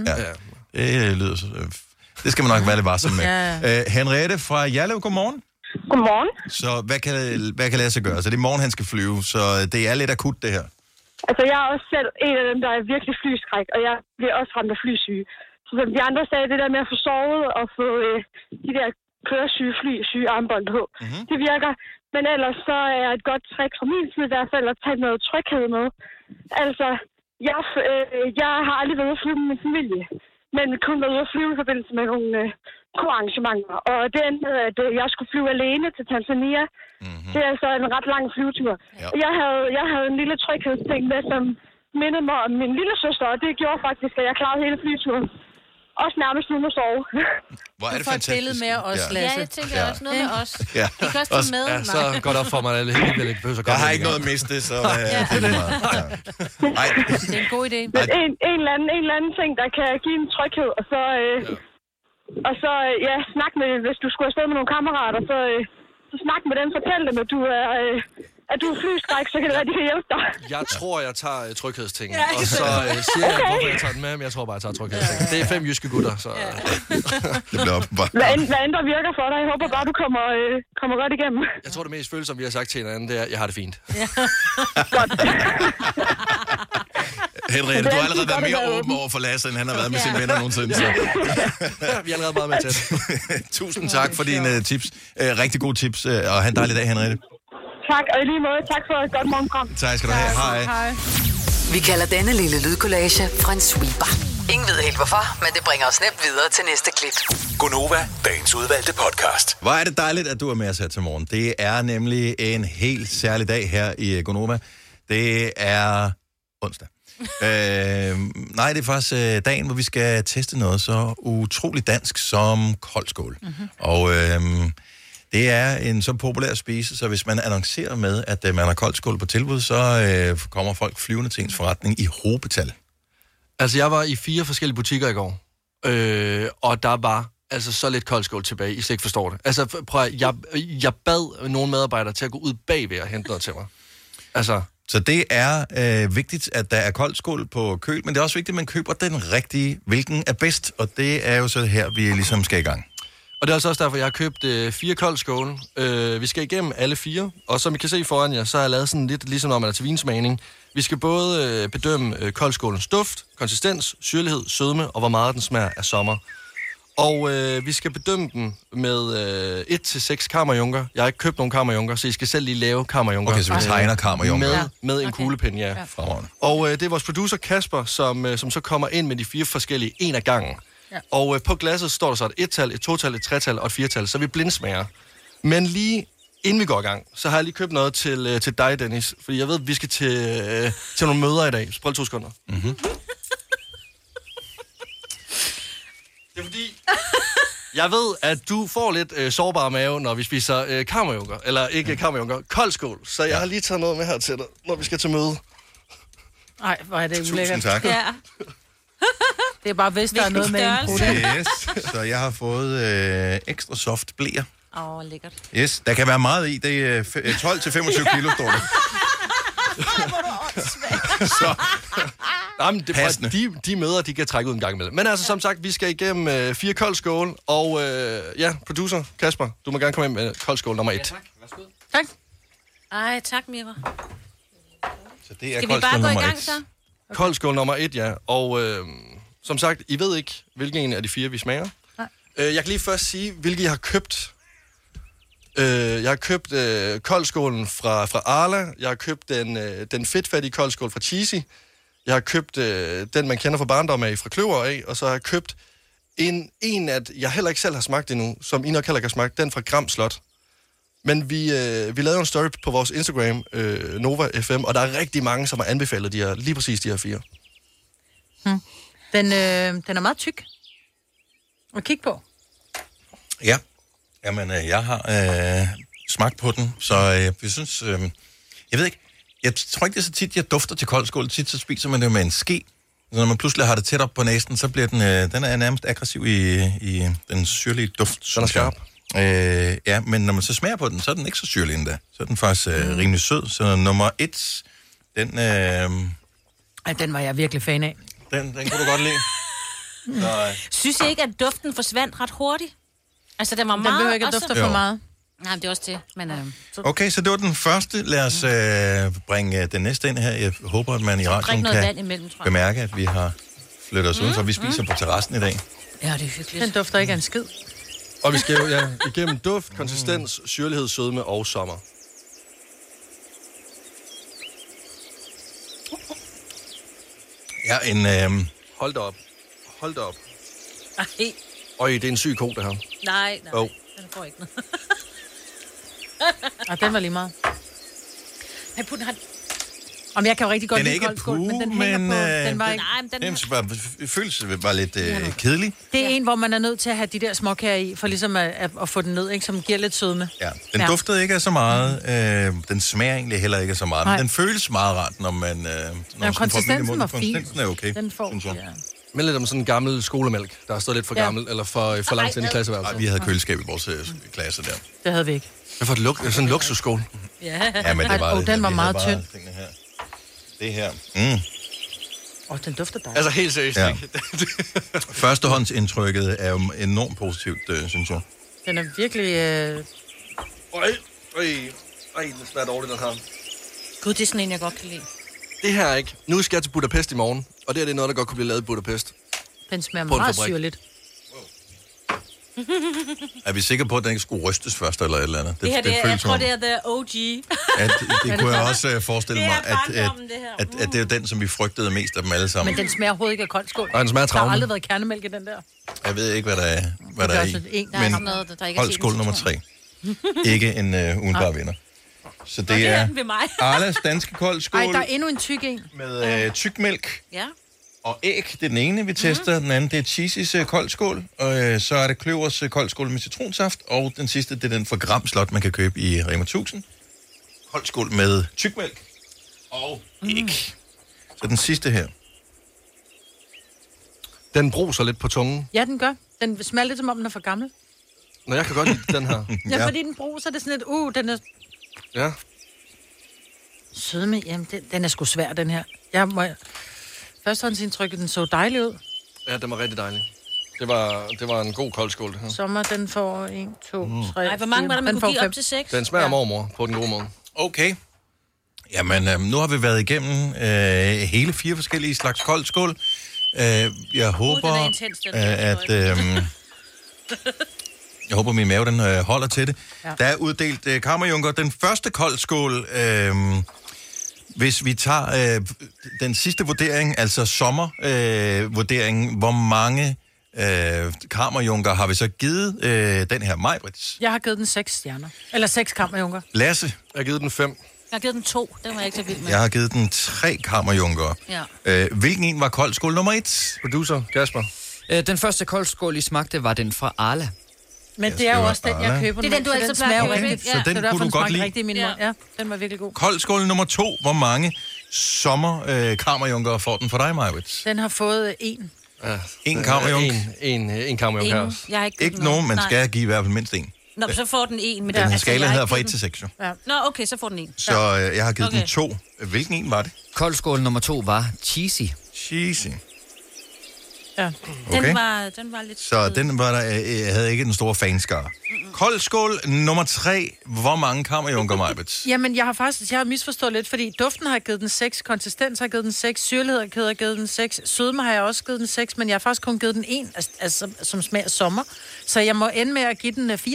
Det lyder så... Det skal man nok være lidt varsom med. Henriette fra Jerlev, godmorgen. Godmorgen. Så hvad kan Lasse gøre? Så det er morgen, han skal flyve, så det er lidt akut, det her. Altså, jeg er også selv en af dem, der er virkelig flyskræk, og jeg bliver også ramt af flysyge. Så som de andre sagde, det der med at få sovet og få de der køresyge, flysyge armbånd på, det virker. Men ellers så er et godt trick fra min side i hvert fald at tage noget tryghed med. Altså, jeg har aldrig været ude at flyve med min familie, men kun været ude at flyve i forbindelse med nogle arrangementer. Og det endte med, at jeg skulle flyve alene til Tanzania. Det er altså en ret lang flyvetur. Ja. Jeg havde en lille tryghedsting med, som mindede mig om min lille søster, og det gjorde faktisk, at jeg klarede hele flyturen. Også nærmest uden at sove. Hvor er det fantastisk. Du får et billede med os, Lasse. Ja, jeg tænker også noget med os. Ja. I kan også tage med. Ja, så går det op for mig, at jeg ikke behøver at komme. Jeg har ikke noget at miste, så det er meget. Ja. Det er en god idé. Men en eller anden ting, der kan give en tryghed, og så snak med, hvis du skulle afsted med nogle kammerater, så snak med dem, fortæl dem, at du er flyskræk, så kan det være, de kan hjælpe dig. Jeg tror, jeg tager tryghedstingen, og så siger jeg, hvorfor jeg tager den med, men jeg tror bare, jeg tager tryghedstingen. Det er 5 jyske gutter, så... Det bliver op bare. Hvad end der virker for dig, jeg håber bare, du kommer godt igennem. Jeg tror, det mest følsomme, vi har sagt til hinanden, det er, jeg har det fint. Henriette, du har allerede været mere åben over for Lasse, end han har været med sine venner nogensinde. Så. Vi er allerede meget med til. Tusind tak for dine tips. Rigtig gode tips, og have en dejlig dag, Henriette. Tak, og i lige måde. Tak for et godt morgenprogram. Tak skal du have. Hej. Vi kalder denne lille lydkollage en sweeper. Ingen ved helt hvorfor, men det bringer os nemt videre til næste klip. Gonova, dagens udvalgte podcast. Hvor er det dejligt, at du er med os her til morgen. Det er nemlig en helt særlig dag her i Gonova. Det er onsdag. Nej, det er faktisk dagen, hvor vi skal teste noget så utroligt dansk som koldskål. Og det er en så populær spise, så hvis man annoncerer med, at man har koldskål på tilbud, så kommer folk flyvende til ens forretning i hobetal. Altså, jeg var i 4 forskellige butikker i går, og der var altså så lidt koldskål tilbage, I slet ikke forstår det. Altså, prøv at, jeg bad nogle medarbejdere til at gå ud bagved og hente noget til mig. Altså... Så det er vigtigt, at der er koldskål på køl, men det er også vigtigt, at man køber den rigtige, hvilken er bedst, og det er jo så her, vi ligesom skal i gang. Og det er også derfor, jeg har købt 4 koldskåle. Vi skal igennem alle 4, og som I kan se foran jer, så har jeg lavet sådan lidt, ligesom når man er til vinsmagning. Vi skal både bedømme koldskålens duft, konsistens, syrlighed, sødme, og hvor meget den smager af sommer. Og vi skal bedømme den med 1-6 kammerjunker. Jeg har ikke købt nogen kammerjunker, så I skal selv lige lave kammerjunker. Okay, så vi tegner kammerjunker. Med en kuglepen, ja. Og det er vores producer Kasper, som så kommer ind med de 4 forskellige en af gangen. Ja. Og på glasset står der så et 1-tal, et 2-tal, et 3-tal og et 4-tal, så vi blindsmager. Men lige inden vi går i gang, så har jeg lige købt noget til dig, Dennis. Fordi jeg ved, at vi skal til nogle møder i dag. Sprøj 2 sekunder. Mm-hmm. Det er fordi, jeg ved, at du får lidt sårbar mave, når vi spiser kammerjunker. Eller ikke kammerjunker, koldskål. Så jeg har lige taget noget med her til dig, når vi skal til møde. Nej, hvor er det ulækkert. Tusind tak. Ja. Det er bare, hvis der er noget med en protein. Yes, så jeg har fået ekstra soft blæer. Lækkert. Yes, der kan være meget i. Det er 12-25 kilo, står det. Så... Jamen, de møder, de kan trække ud en gang imellem. Men altså, som sagt, vi skal igennem 4 koldskål, og producer Kasper, du må gerne komme ind med koldskål nummer 1. Ja, tak. Værsgo. Tak. Ej, tak, Mira. Så det er skal vi bare gå i gang, så? Okay. Koldskål nummer 1, ja. Og som sagt, I ved ikke, hvilken af de 4 vi smager. Nej. Jeg kan lige først sige, hvilke jeg har købt. Jeg har købt koldskålen fra Arla. Jeg har købt den fedtfattige koldskål fra Cheesy. Jeg har købt den, man kender fra barndom af, fra Kløver af. Og så har jeg købt en af, jeg heller ikke selv har smagt endnu, som I nok heller ikke har smagt, den fra Gram Slot. Men vi lavede en story på vores Instagram, Nova FM, og der er rigtig mange, som har anbefalet lige præcis de her 4. Den er meget tyk at kigge på. Ja. Jamen, jeg har smagt på den, så jeg synes... jeg ved ikke, jeg tror ikke, det er så tit, jeg dufter til koldskål. Tit så spiser man det med en ske. Når man pludselig har det tæt op på næsen, så bliver den er nærmest aggressiv i den syrlige duft. Den er skarp. Ja, men når man så smager på den, så er den ikke så syrlig endda. Så er den faktisk rimelig sød. Så nummer 1, den... den var jeg virkelig fan af. Den kunne du godt lide. Synes I ikke, at duften forsvandt ret hurtigt? Altså, den var meget... Den behøver ikke at dufte for meget. Nej, det er også det. Men, Okay, så det var den første. Lad os bringe den næste ind her. Jeg håber, at man i radioen kan bemærke, at vi har flyttet os udenfor. Vi spiser på terrassen i dag. Ja, det er hyggeligt. Den dufter ikke af en skid. Og vi skal jo igennem duft, konsistens, syrlighed, sødme og sommer. Ja, en... Hold da op. Hold da op. Ej. Øj, det er en syg ko, det her. Nej. Oh. Den får ikke noget. Den var lige meget. Nej, den har... Om jeg kan jo rigtig godt lide koldskål, men den hænger på... Den var ikke... Den føles bare lidt kedelig. Det er en, hvor man er nødt til at have de der småkager i, for ligesom at få den ned, ikke, som giver lidt sødme. Ja, den duftede ikke af så meget. Den smager egentlig heller ikke af så meget. Men den føles meget rart, når man... konsistensen var fin. Konsistensen er okay. Den får, ja. Men lidt om sådan en gammel skolemælk, der har stået lidt for gammel, eller for langt ind i klasseværelset. Vi havde køleskab i vores klasse der. Det havde vi ikke. Jeg får sådan en luksusskole. Ja, men det var det. Den var meget tynd. Det her. Den dufter dejligt. Altså helt seriøst, ja. ikke? Førstehåndsindtrykket er jo enormt positivt, synes jeg. Den er virkelig... Den smager dårligt, den her. Gud, det er sådan en, jeg godt kan lide. Det her ikke. Nu skal jeg til Budapest i morgen, og det er noget, der godt kunne blive lavet i Budapest. Den smager meget syrligt. Er vi sikre på, at den ikke skulle rystes først, eller et eller andet? Det her, jeg tror, det er the OG. Det kunne jeg også forestille mig, at det er den, som vi frygtede mest af dem alle sammen. Men den smager overhovedet ikke af koldskål. Nej, den smager der har aldrig været kernemælk i den der. Jeg ved ikke, hvad der er i. Men koldskål nummer 3. Ikke en udenbar vinder. Så det er Arlas danske koldskål. Ej, der er endnu en tyk en. Med tykmælk. Ja. Og æg, det er den ene, vi tester. Den anden, det er Cheesy's koldskål. Og så er det Kløvers koldskål med citronsaft. Og den sidste, det er den fra Gram Slot, man kan købe i Rema 1000. Koldskål med tykmælk og æg. Så den sidste her. Den bruser lidt på tungen. Ja, den gør. Den smager lidt, som om den er for gammel. Nå, jeg kan godt lide den her. Ja, fordi den bruser, det er sådan lidt, den er... Ja. Sødme, jamen, den er sgu svær, den her. Førstehåndsindtrykket, den så dejlig ud. Ja, den var rigtig dejlig. Det var en god koldskål, det her. Sommer, den får 1, 2, 3, Ej, hvor mange var der, man kunne give op til 6? Den smager mormor på den gode måde. Okay. Jamen, nu har vi været igennem hele 4 forskellige slags koldskål. Jeg håber, jeg håber, min mave den holder til det. Ja. Der er uddelt Kammerjunker. Den første koldskål, hvis vi tager den sidste vurdering, altså sommervurderingen, hvor mange Kammerjunker har vi så givet den her Maj-Brits? Jeg har givet den 6 stjerner. Eller 6 Kammerjunker. Lasse? Jeg har givet den 5. Jeg har givet den 2. Den var jeg ikke så vild med. Jeg har givet den 3 Kammerjunker. Ja. Hvilken en var koldskål nummer 1? Producer Kasper. Den første koldskål, I smagte, var den fra Arla. Men det er jo også den, jeg køber. Det er den, du altid plejer at købe. Så den kunne du godt lide. Rigtig i min mund. Ja, den var virkelig god. Koldskål nummer 2. Hvor mange sommer-Kammerjunker får den for dig, Maj-Brits? Den har fået 1. Ja. En Kammerjunker? En Kammerjunker her også. Jeg har ikke nogen, man skal give i hvert fald mindst 1. Nå, så får den 1. Men den skala hedder fra 1 til 6, jo. Ja. Nå, okay, så får den 1. Så jeg har givet den 2. Hvilken en var det? Koldskål nummer 2 var cheesy. Cheesy. Ja. Okay. Den var lidt... Så den var der, havde ikke den store fanskare. Koldskål nummer 3. Hvor mange Kammerjunker, Maj-Brits? Jamen, jeg har misforstået lidt, fordi duften har jeg givet den 6, konsistens har jeg givet den 6, syrlighed har jeg givet den 6, sødme har jeg også givet den 6, men jeg har faktisk kun givet den 1, altså som smager sommer. Så jeg må ende med at give den 4.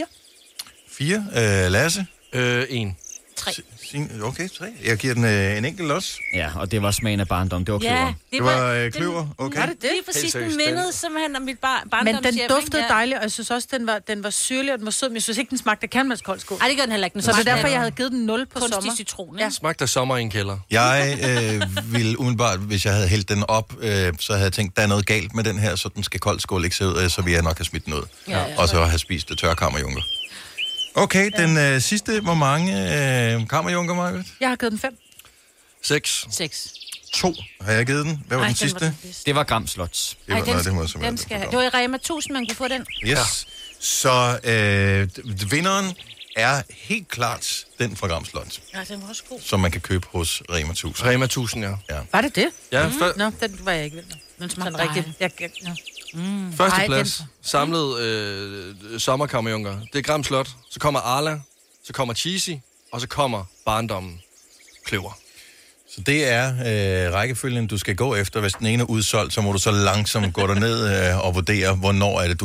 4. Lasse? 1. 3. Okay, 3. Jeg giver den en enkelt også. Ja, og det var smagen af barndom. Det var kløver. Ja, det var kløver, okay. Var det det? Det er præcis, den mindede simpelthen om mit barndom. Men den duftede dejligt, og jeg synes også, den var syrlig, og den var sød, men jeg synes ikke, den smagte af kanmalskoldskål. Nej, det gør den heller ikke. Så det er derfor, jeg havde givet den 0 på sommer. Kunstig citron, ja. Smagte af sommer i en kælder. Jeg ville umiddelbart, hvis jeg havde hældt den op, så havde jeg tænkt, der er noget galt med den her, så den skal koldskål ikke se ud, så vi nok have smidt den ud. Ja. Og så have spist det tørre Kammerjunker. Okay, den sidste, hvor mange Kammerjunker, Margaret? Jeg har givet den 5. 6. 2 har jeg givet den. Hvad var den sidste? Det var Gram Slots. Det var den skal have. Det var i Rema 1000, man kunne få den. Yes. Ja. Så vinderen er helt klart den fra Gram Slot. Ja, den var også god. Som man kan købe hos Rema 1000. Rema 1000, ja. Var det det? Ja. Nå, den var jeg ikke vild med. Den smagte rigtigt. Første plads, samlet sommerkammerjunker. Det er Gram Slot, så kommer Arla, så kommer Cheesy, og så kommer barndommen Kløver. Så det er rækkefølgen, du skal gå efter. Hvis den ene er udsolgt, så må du så langsomt gå derned og vurdere, hvornår er det,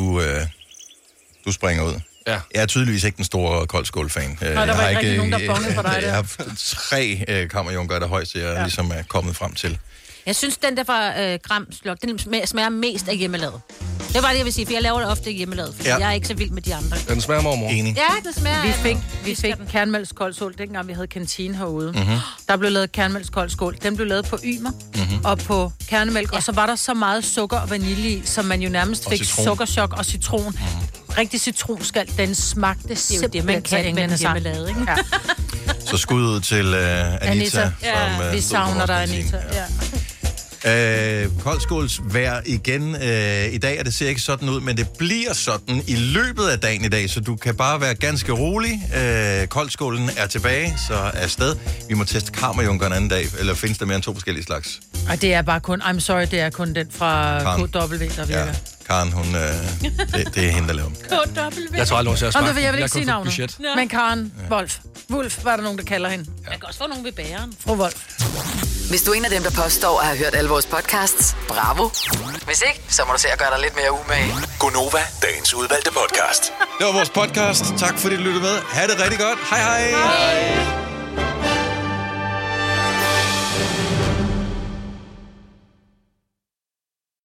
du springer ud. Ja. Jeg er tydeligvis ikke den store koldskål-fan. Nå, der var ikke nogen, der bongede for dig der. Jeg har haft 3 kammerjunker, der højst jeg ligesom er kommet frem til. Jeg synes, den der fra Gram Slot, den smager mest af hjemmelavet. Det var det, jeg vil sige, for jeg laver det ofte hjemmelavet, fordi jeg er ikke så vild med de andre. Den smager mormor. Enig. Ja, den smager... Vi fik kernmælkskoldskål, dengang vi havde kantine herude. Mm-hmm. Der blev lavet kernmælkskoldskål. Den blev lavet på ymer og på kernemælk, og så var der så meget sukker og vanilje i, som man jo nærmest fik sukkerchok og citron. Rigtig citronskal, den smagte simpelthen man kan med hjemmelavet, ikke? Ja. Så skud ud til Anita. Ja, vi savner dig, Anita. Ja. Koldskåls vejr igen i dag, og det ser ikke sådan ud, men det bliver sådan i løbet af dagen i dag, så du kan bare være ganske rolig. Koldskålen er tilbage, så afsted. Vi må teste Kammerjunker en anden dag, eller findes der mere end 2 forskellige slags? Og det er bare kun, I'm sorry, det er kun den fra KW, der virker. Ja. Karen, hun, det er hende, der laver dem. KW. Jeg tror aldrig, hun ser smagt. Jeg vil ikke sige navnet. Men Karen, Wolf, var der nogen, der kalder hende. Jeg kan også få nogen ved bæren. Fru Wolf. Hvis du er en af dem, der påstår at have hørt alle vores podcasts, bravo. Hvis ikke, så må du se at gøre dig lidt mere umage. Gonova, dagens udvalgte podcast. Det var vores podcast. Tak fordi du lyttede med. Ha' det rigtig godt. Hej hej.